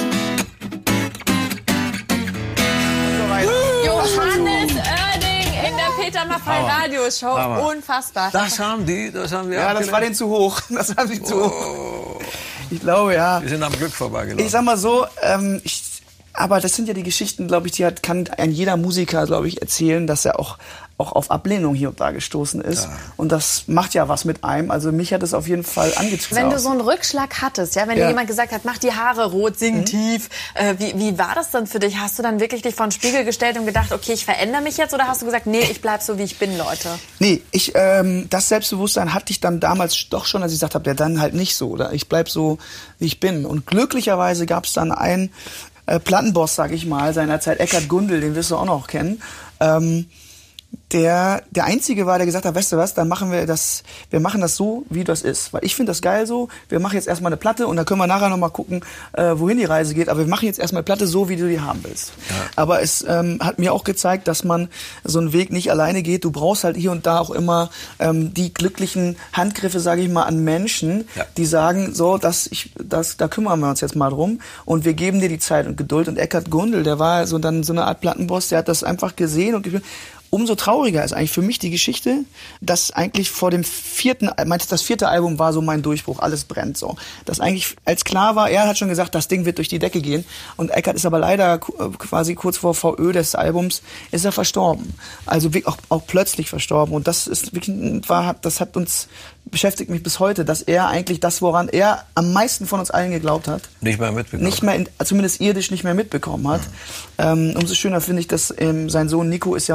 Johannes Oerding in der Peter Maffay Radioshow. Unfassbar. Das haben die, das haben wir Ja, das war denen zu hoch. Das haben die zu hoch. Ich glaube, ja. Wir sind am Glück vorbeigelaufen. Ich sag mal so, ähm, ich, aber das sind ja die Geschichten, glaube ich, die hat, kann ein jeder Musiker, glaube ich, erzählen, dass er auch auch auf Ablehnung hier und da gestoßen ist. Ja. Und das macht ja was mit einem. Also mich hat es auf jeden Fall angezogen. Wenn du so einen Rückschlag hattest, ja, wenn ja. dir jemand gesagt hat, mach die Haare rot, sing mhm. tief, äh, wie, wie war das dann für dich? Hast du dann wirklich dich vor den Spiegel gestellt und gedacht, okay, ich verändere mich jetzt? Oder hast du gesagt, nee, ich bleib so, wie ich bin, Leute? Nee, ich, ähm, das Selbstbewusstsein hatte ich dann damals doch schon, als ich gesagt habe, ja, dann halt nicht so. Oder ich bleib so, wie ich bin. Und glücklicherweise gab es dann einen äh, Plattenboss, sag ich mal, seinerzeit, Eckart Gundel, den wirst du auch noch kennen, ähm, der der einzige war, der gesagt hat, weißt du was, dann machen wir das, wir machen das so, wie das ist. Weil ich finde das geil so, wir machen jetzt erstmal eine Platte und dann können wir nachher nochmal gucken, äh, wohin die Reise geht. Aber wir machen jetzt erstmal eine Platte so, wie du die haben willst. Ja. Aber es ähm, hat mir auch gezeigt, dass man so einen Weg nicht alleine geht. Du brauchst halt hier und da auch immer ähm, die glücklichen Handgriffe, sage ich mal, an Menschen, ja. die sagen, so, das, ich, das, da kümmern wir uns jetzt mal drum und wir geben dir die Zeit und Geduld. Und Eckart Gundel, der war so dann so eine Art Plattenboss, der hat das einfach gesehen und gefühlt. Umso trauriger ist eigentlich für mich die Geschichte, dass eigentlich vor dem vierten, meinst das vierte Album war so mein Durchbruch, alles brennt so. Dass eigentlich, als klar war, er hat schon gesagt, das Ding wird durch die Decke gehen. Und Eckart ist aber leider quasi kurz vor V Ö des Albums, ist er verstorben. Also auch, auch plötzlich verstorben. Und das ist wirklich, war, das hat uns, beschäftigt mich bis heute, dass er eigentlich das, woran er am meisten von uns allen geglaubt hat, nicht mehr mitbekommen, nicht mehr, in, zumindest irdisch nicht mehr mitbekommen hat. Mhm. Ähm, umso schöner finde ich, dass ähm, sein Sohn Nico ist ja mein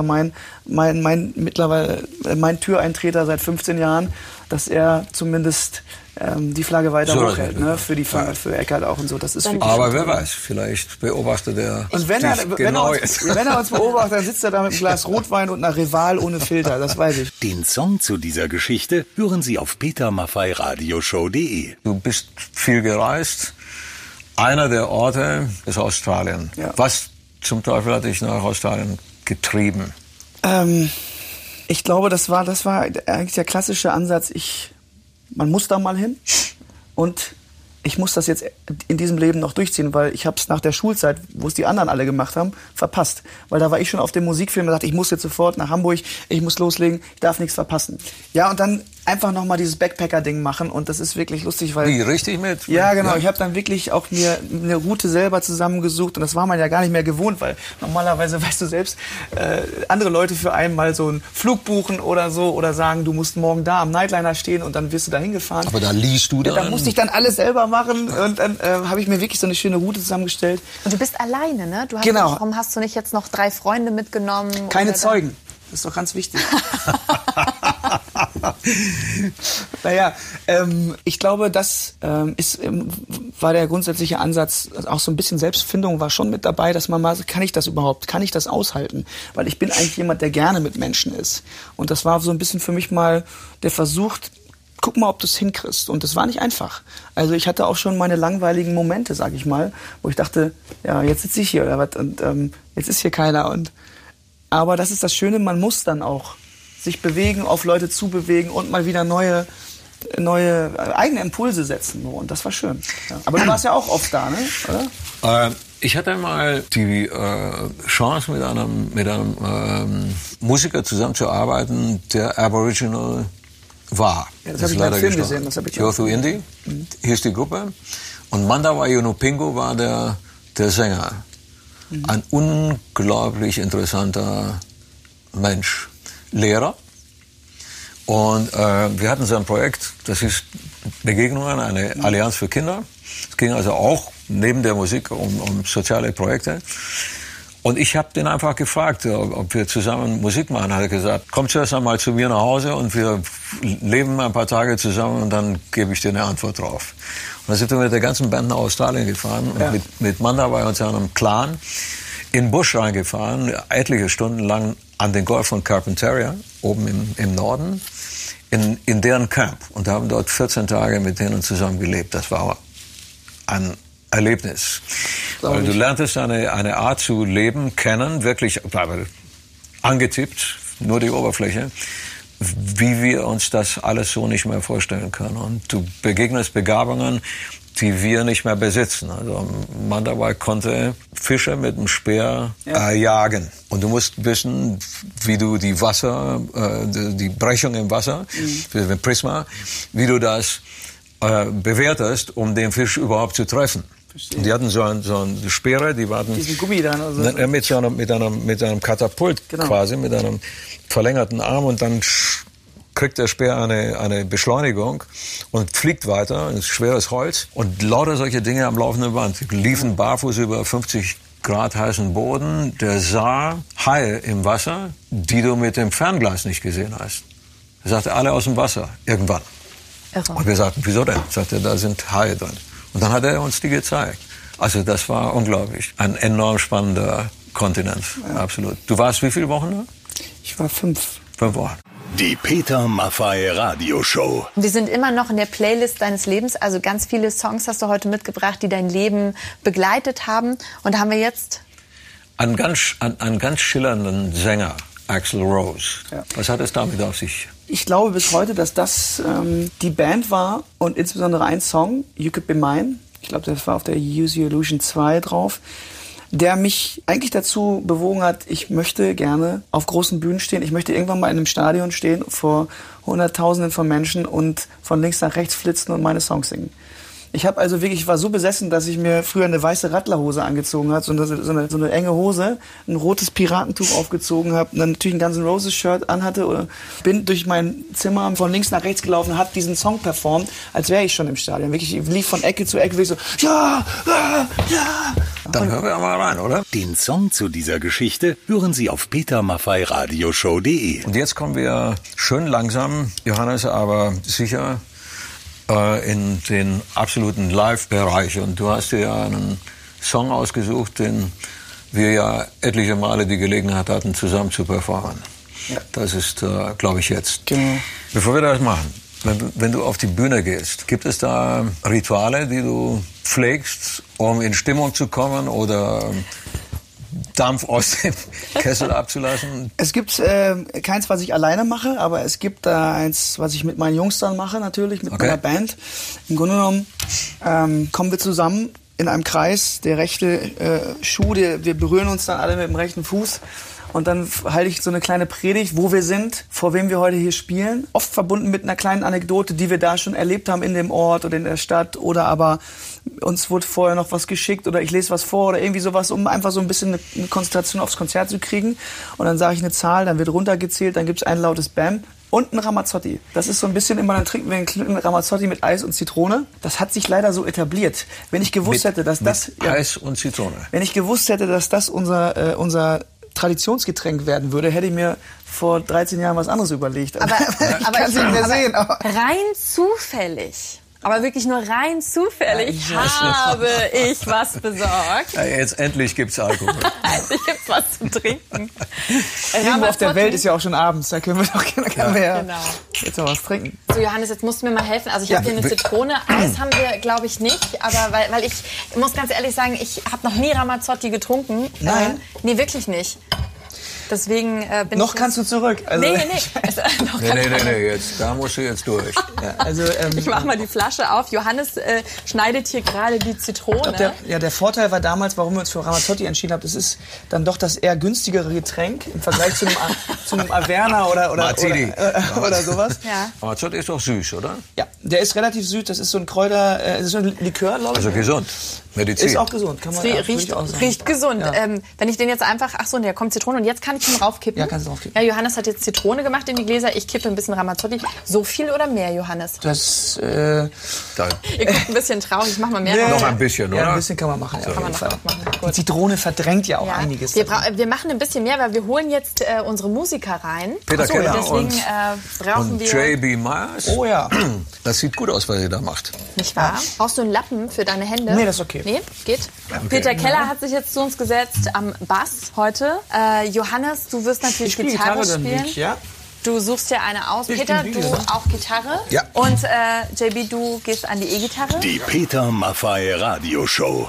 mein, mein mittlerweile mein Türeintreter seit fünfzehn Jahren, dass er zumindest ähm, die Flagge weiter so hochhält, ne? Für die Flagge, für Eckhardt auch und so. Das ist aber wer weiß, vielleicht beobachtet er und wenn er, wenn, genau er uns, wenn er uns beobachtet, dann sitzt er da mit einem Glas Rotwein und einer Rival ohne Filter, das weiß ich. Den Song zu dieser Geschichte hören Sie auf peter maffay radioshow punkt de. Du bist viel gereist. Einer der Orte ist Australien. Ja. Was zum Teufel hat dich nach Australien getrieben? Ähm, ich glaube, das war, das war eigentlich der klassische Ansatz. Ich, man muss da mal hin und ich muss das jetzt in diesem Leben noch durchziehen, weil ich habe es nach der Schulzeit, wo es die anderen alle gemacht haben, verpasst. Weil da war ich schon auf dem Musikfilm und dachte, ich muss jetzt sofort nach Hamburg, ich muss loslegen, ich darf nichts verpassen. Ja, und dann einfach nochmal dieses Backpacker-Ding machen und das ist wirklich lustig, weil... Wie, richtig mit? Ja, genau. Ja. Ich habe dann wirklich auch mir eine Route selber zusammengesucht und das war man ja gar nicht mehr gewohnt, weil normalerweise, weißt du selbst, äh, andere Leute für einen mal so einen Flug buchen oder so oder sagen, du musst morgen da am Nightliner stehen und dann wirst du da hingefahren. Aber da liest du dann? Ja, da musste ich dann alles selber machen und dann äh, habe ich mir wirklich so eine schöne Route zusammengestellt. Und du bist alleine, ne? Du hast Genau. nicht, warum hast du nicht jetzt noch drei Freunde mitgenommen? Keine oder Zeugen. Das ist doch ganz wichtig. Naja, ähm, ich glaube, das ähm, ist, ähm, war der grundsätzliche Ansatz, also auch so ein bisschen Selbstfindung war schon mit dabei, dass man mal, kann ich das überhaupt, kann ich das aushalten? Weil ich bin eigentlich jemand, der gerne mit Menschen ist. Und das war so ein bisschen für mich mal der Versuch, guck mal, ob du es hinkriegst. Und das war nicht einfach. Also ich hatte auch schon meine langweiligen Momente, sag ich mal, wo ich dachte, ja, jetzt sitze ich hier oder was und ähm, jetzt ist hier keiner. Und aber das ist das Schöne, man muss dann auch sich bewegen, auf Leute zubewegen und mal wieder neue, neue äh, eigene Impulse setzen. Und das war schön. Ja. Aber du warst ja auch oft da, ne? Oder? Äh, ich hatte mal die äh, Chance, mit einem, mit einem ähm, Musiker zusammenzuarbeiten, der Aboriginal war. Ja, das habe ich in einem Film gesehen. Das habe ich Yothu Yindi, mhm. Hier ist die Gruppe. Und Mandawa Yunupingu war der, der Sänger. Mhm. Ein unglaublich interessanter Mensch. Lehrer. Und äh, wir hatten so ein Projekt, das ist Begegnungen, eine Allianz für Kinder. Es ging also auch neben der Musik um, um soziale Projekte. Und ich habe den einfach gefragt, ob wir zusammen Musik machen. Er hat gesagt, komm zuerst einmal zu mir nach Hause und wir leben ein paar Tage zusammen und dann gebe ich dir eine Antwort drauf. Und dann sind wir mit der ganzen Band nach Australien gefahren und ja. mit, mit Mandawa und seinem Clan in den Busch reingefahren, etliche Stunden lang an den Golf von Carpentaria, oben im, im Norden, in, in deren Camp. Und haben dort vierzehn Tage mit denen zusammen gelebt. Das war ein Erlebnis. Weil du lerntest eine, eine Art zu leben kennen, wirklich angetippt, nur die Oberfläche, wie wir uns das alles so nicht mehr vorstellen können. Und du begegnest Begabungen, die wir nicht mehr besitzen. Also Mandawa konnte Fische mit dem Speer ja. äh, jagen. Und du musst wissen, wie du die Wasser, äh, die, die Brechung im Wasser, mhm. mit Prisma, wie du das äh, bewertest, um den Fisch überhaupt zu treffen. Verstehe. Und die hatten so ein, so eine Speere, die waren diesen Gummi dann, also ne, mit so einem, mit einem, mit einem Katapult genau. quasi, mit einem verlängerten Arm und dann kriegt der Speer eine, eine Beschleunigung und fliegt weiter, ein schweres Holz und lauter solche Dinge am laufenden Band. Die liefen barfuß über fünfzig Grad heißen Boden, der sah Haie im Wasser, die du mit dem Fernglas nicht gesehen hast. Er sagte, alle aus dem Wasser, irgendwann. Irre. Und wir sagten, wieso denn? Er sagte, da sind Haie drin. Und dann hat er uns die gezeigt. Also das war unglaublich. Ein enorm spannender Kontinent, ja. Absolut. Du warst wie viele Wochen da? Ich war fünf. Fünf Wochen. Die Peter Maffay Radioshow. Wir sind immer noch in der Playlist deines Lebens. Also ganz viele Songs hast du heute mitgebracht, die dein Leben begleitet haben. Und da haben wir jetzt... Einen ganz, einen, einen ganz schillernden Sänger, Axl Rose. Ja. Was hat es damit auf sich? Ich glaube bis heute, dass das ähm, die Band war und insbesondere ein Song, You Could Be Mine. Ich glaube, das war auf der Use Your Illusion zwei drauf, der mich eigentlich dazu bewogen hat, ich möchte gerne auf großen Bühnen stehen. Ich möchte irgendwann mal in einem Stadion stehen vor Hunderttausenden von Menschen und von links nach rechts flitzen und meine Songs singen. Ich habe also wirklich, ich war so besessen, dass ich mir früher eine weiße Radlerhose angezogen habe, so eine, so eine, so eine enge Hose, ein rotes Piratentuch aufgezogen habe, dann natürlich ein Guns N' Roses Shirt anhatte oder bin durch mein Zimmer von links nach rechts gelaufen, habe diesen Song performt, als wäre ich schon im Stadion. Wirklich, ich lief von Ecke zu Ecke, wirklich so, ja, ja, ja. Dann hören wir mal rein, oder? Den Song zu dieser Geschichte hören Sie auf peter maffay radioshow punkt de. Und jetzt kommen wir schön langsam, Johannes, aber sicher äh, in den absoluten Live-Bereich. Und du hast dir ja einen Song ausgesucht, den wir ja etliche Male die Gelegenheit hatten, zusammen zu performen. Ja. Das ist, äh, glaube ich, jetzt. Genau. Bevor wir das machen, wenn, wenn du auf die Bühne gehst, gibt es da Rituale, die du pflegst, um in Stimmung zu kommen oder Dampf aus dem Kessel abzulassen? Es gibt äh, keins, was ich alleine mache, aber es gibt da äh, eins, was ich mit meinen Jungs dann mache, natürlich, mit okay. meiner Band. Im Grunde genommen ähm, kommen wir zusammen in einem Kreis, der rechte äh, Schuh, der, wir berühren uns dann alle mit dem rechten Fuß. Und dann halte ich so eine kleine Predigt, wo wir sind, vor wem wir heute hier spielen. Oft verbunden mit einer kleinen Anekdote, die wir da schon erlebt haben in dem Ort oder in der Stadt. Oder aber uns wurde vorher noch was geschickt oder ich lese was vor oder irgendwie sowas, um einfach so ein bisschen eine Konzentration aufs Konzert zu kriegen. Und dann sage ich eine Zahl, dann wird runtergezählt, dann gibt es ein lautes Bam und ein Ramazzotti. Das ist so ein bisschen immer, dann trinken wir einen Ramazzotti mit Eis und Zitrone. Das hat sich leider so etabliert. Wenn ich gewusst mit, hätte, dass das... Mit Eis und Zitrone. Wenn ich gewusst hätte, dass das unser... Äh, unser Traditionsgetränk werden würde, hätte ich mir vor dreizehn Jahren was anderes überlegt. Aber, ich aber kann es nicht mehr aber sehen. Aber rein zufällig, aber wirklich nur rein zufällig ja, habe ich was besorgt. Ja, jetzt endlich gibt's Alkohol. Endlich gibt's was zu trinken. Irgendwo auf der Welt ist ja auch schon abends, da können wir doch können ja. wir ja genau. jetzt noch was trinken. So Johannes, jetzt musst du mir mal helfen. Also ich Ja. habe hier eine Zitrone. Eis haben wir, glaube ich, nicht. Aber weil, weil ich, ich muss ganz ehrlich sagen, ich habe noch nie Ramazzotti getrunken. Nein? Äh, nee, wirklich nicht. Deswegen äh, bin Noch ich kannst du zurück. Also, Nee, nee, nee. Es, äh, noch Nee, kann nee, ich- nee, nee, jetzt, da musst du jetzt durch. ja, also, ähm, Ich mach mal die Flasche auf. Johannes äh, schneidet hier gerade die Zitrone. Ich glaub, der, ja, der Vorteil war damals, warum wir uns für Ramazzotti entschieden haben, das ist dann doch das eher günstigere Getränk im Vergleich zu einem, A- zu einem Averna oder, oder, Martini. oder, äh, oder sowas. Ja. Ramazzotti ist doch süß, oder? Ja, der ist relativ süß. Das ist so ein Kräuter, äh, das ist so ein Likör, glaube ich. Also gesund. Medizin. Ist auch gesund, kann man Rie- ja, riecht, würde ich auch sagen. riecht gesund. Ja. Ähm, wenn ich den jetzt einfach, ach so, da kommt Zitrone und jetzt kann ich ihn raufkippen. Ja, kannst du draufkippen. Ja, Johannes hat jetzt Zitrone gemacht in die Gläser. Ich kippe ein bisschen Ramazzotti. So viel oder mehr, Johannes? Das, äh, Da, Ihr guckt ein bisschen traurig. Ich mach mal mehr. Nee. raus. noch ein bisschen, oder? ja, ein bisschen kann man machen. Ja, auf Kann man jeden noch Fall. aufmachen. Die Gut. Zitrone verdrängt ja auch Ja. einiges. Wir, bra- wir machen ein bisschen mehr, weil wir holen jetzt äh, unsere Musiker rein. Peter Ach so, Keller deswegen und, äh, brauchen und wir... J B. Myers. Oh ja. Das sieht gut aus, was ihr da macht. Nicht wahr? Brauchst du einen Lappen für deine Hände? Nee, das ist okay. Nee, geht. Peter Keller hat sich jetzt zu uns gesetzt am Bass heute. Äh, Johannes, du wirst natürlich Ich spiele Gitarre, Gitarre, dann spielen. ich, ja. Du suchst dir eine aus. Ich Peter, bin du Bühne. auch Gitarre. Ja. Und äh, J B, du gehst an die E-Gitarre. Die Peter Maffay Radioshow.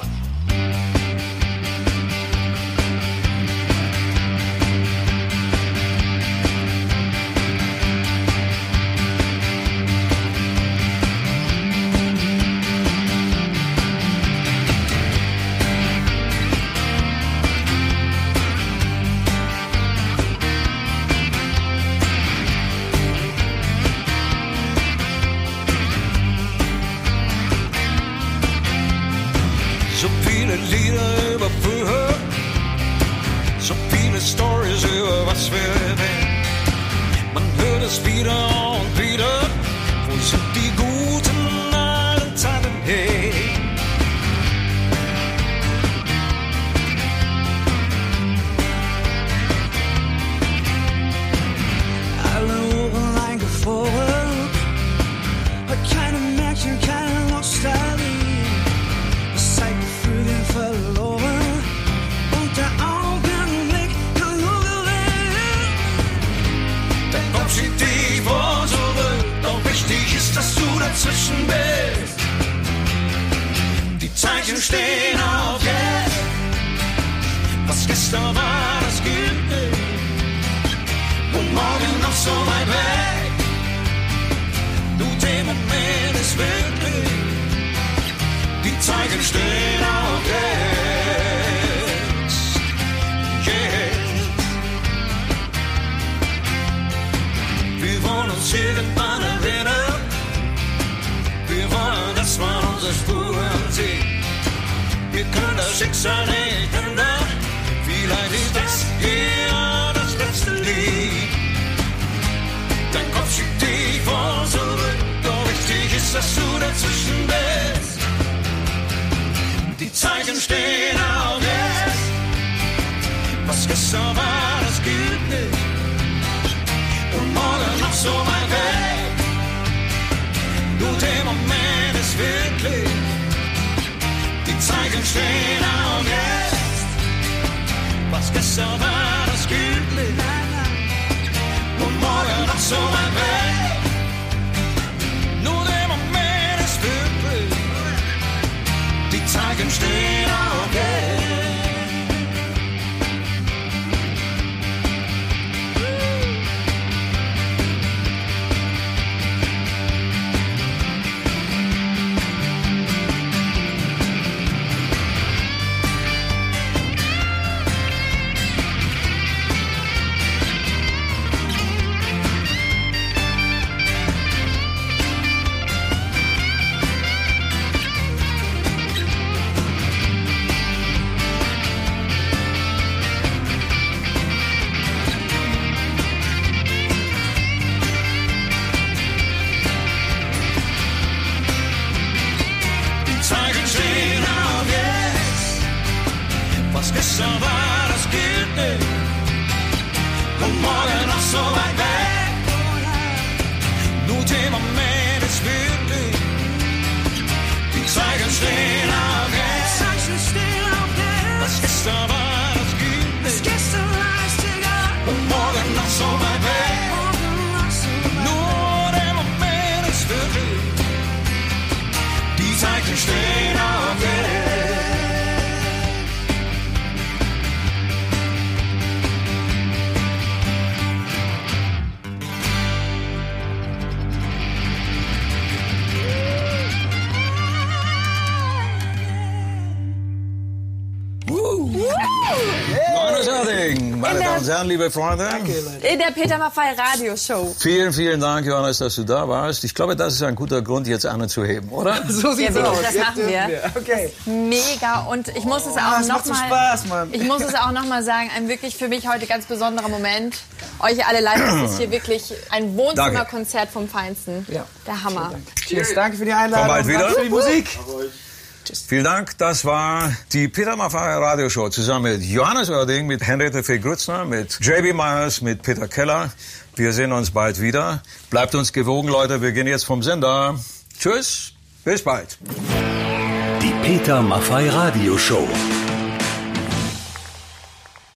So viele Lieder über früher, so viele Stories über was wir werden. Man hört es wieder und wieder, wo sind die guten alten Zeiten her? Alle Ohren eingefroren, hat keine Märchen, keine Nostalgie. Das Zeitgefühl verloren und der Augenblick kann nur gelingen. Dann kommt sie tief vor zurück, doch wichtig ist, dass du dazwischen bist. Die Zeichen stehen auf jetzt, was gestern war, das gilt nicht. Und morgen noch so weit weg, du, der Moment ist wirklich. Die Zeichen stehen auf jetzt, yeah. Wir wollen uns irgendwann erinnern, wir wollen, dass man unsere Spuren sieht. Wir können das Schicksal nicht ändern, vielleicht ist das hier das letzte Lied. Dann kommst du tief vor zurück, doch wichtig ist, dass du dazwischen bist. Die Zeichen stehen auf gestern war, das gilt nicht. Und morgen noch so weit weg. Nur der Moment ist wirklich. Die Zeichen stehen auf jetzt. Was gestern war, das gilt nicht. Und morgen noch so weit weg. Nur der Moment ist wirklich. Die Zeichen stehen auf jetzt. Gestern war, das gilt nicht. Und morgen noch so weit weg. Nur der Moment ist wirklich. Die Zeichen stehen auf jetzt. Was gestern war, das gilt nicht. Und morgen noch so weit weg. Nur der Moment ist wirklich. Die Zeichen stehen auf jetzt. Meine Damen und Herren, liebe Freunde. In der Peter Maffay Radioshow. Vielen, vielen Dank, Johannes, dass du da warst. Ich glaube, das ist ein guter Grund, jetzt Anne zu heben, oder? So sieht's ja, aus. Das machen wir. Okay. Mega. Und ich muss es Oh, auch das macht so nochmal. Spaß, Mann. Ich muss es auch noch mal sagen, ein wirklich für mich heute ganz besonderer Moment. Euch alle live, das ist hier wirklich ein Wohnzimmerkonzert vom Feinsten. Ja. Der Hammer. Cheers, danke für die Einladung. Komm bald wieder. Danke für die Musik. Vielen Dank. Das war die Peter Maffay Radioshow zusammen mit Johannes Oerding, mit Henriette Fee Grützner, mit J B Myers, mit Peter Keller. Wir sehen uns bald wieder. Bleibt uns gewogen, Leute. Wir gehen jetzt vom Sender. Tschüss. Bis bald. Die Peter Maffay Radioshow.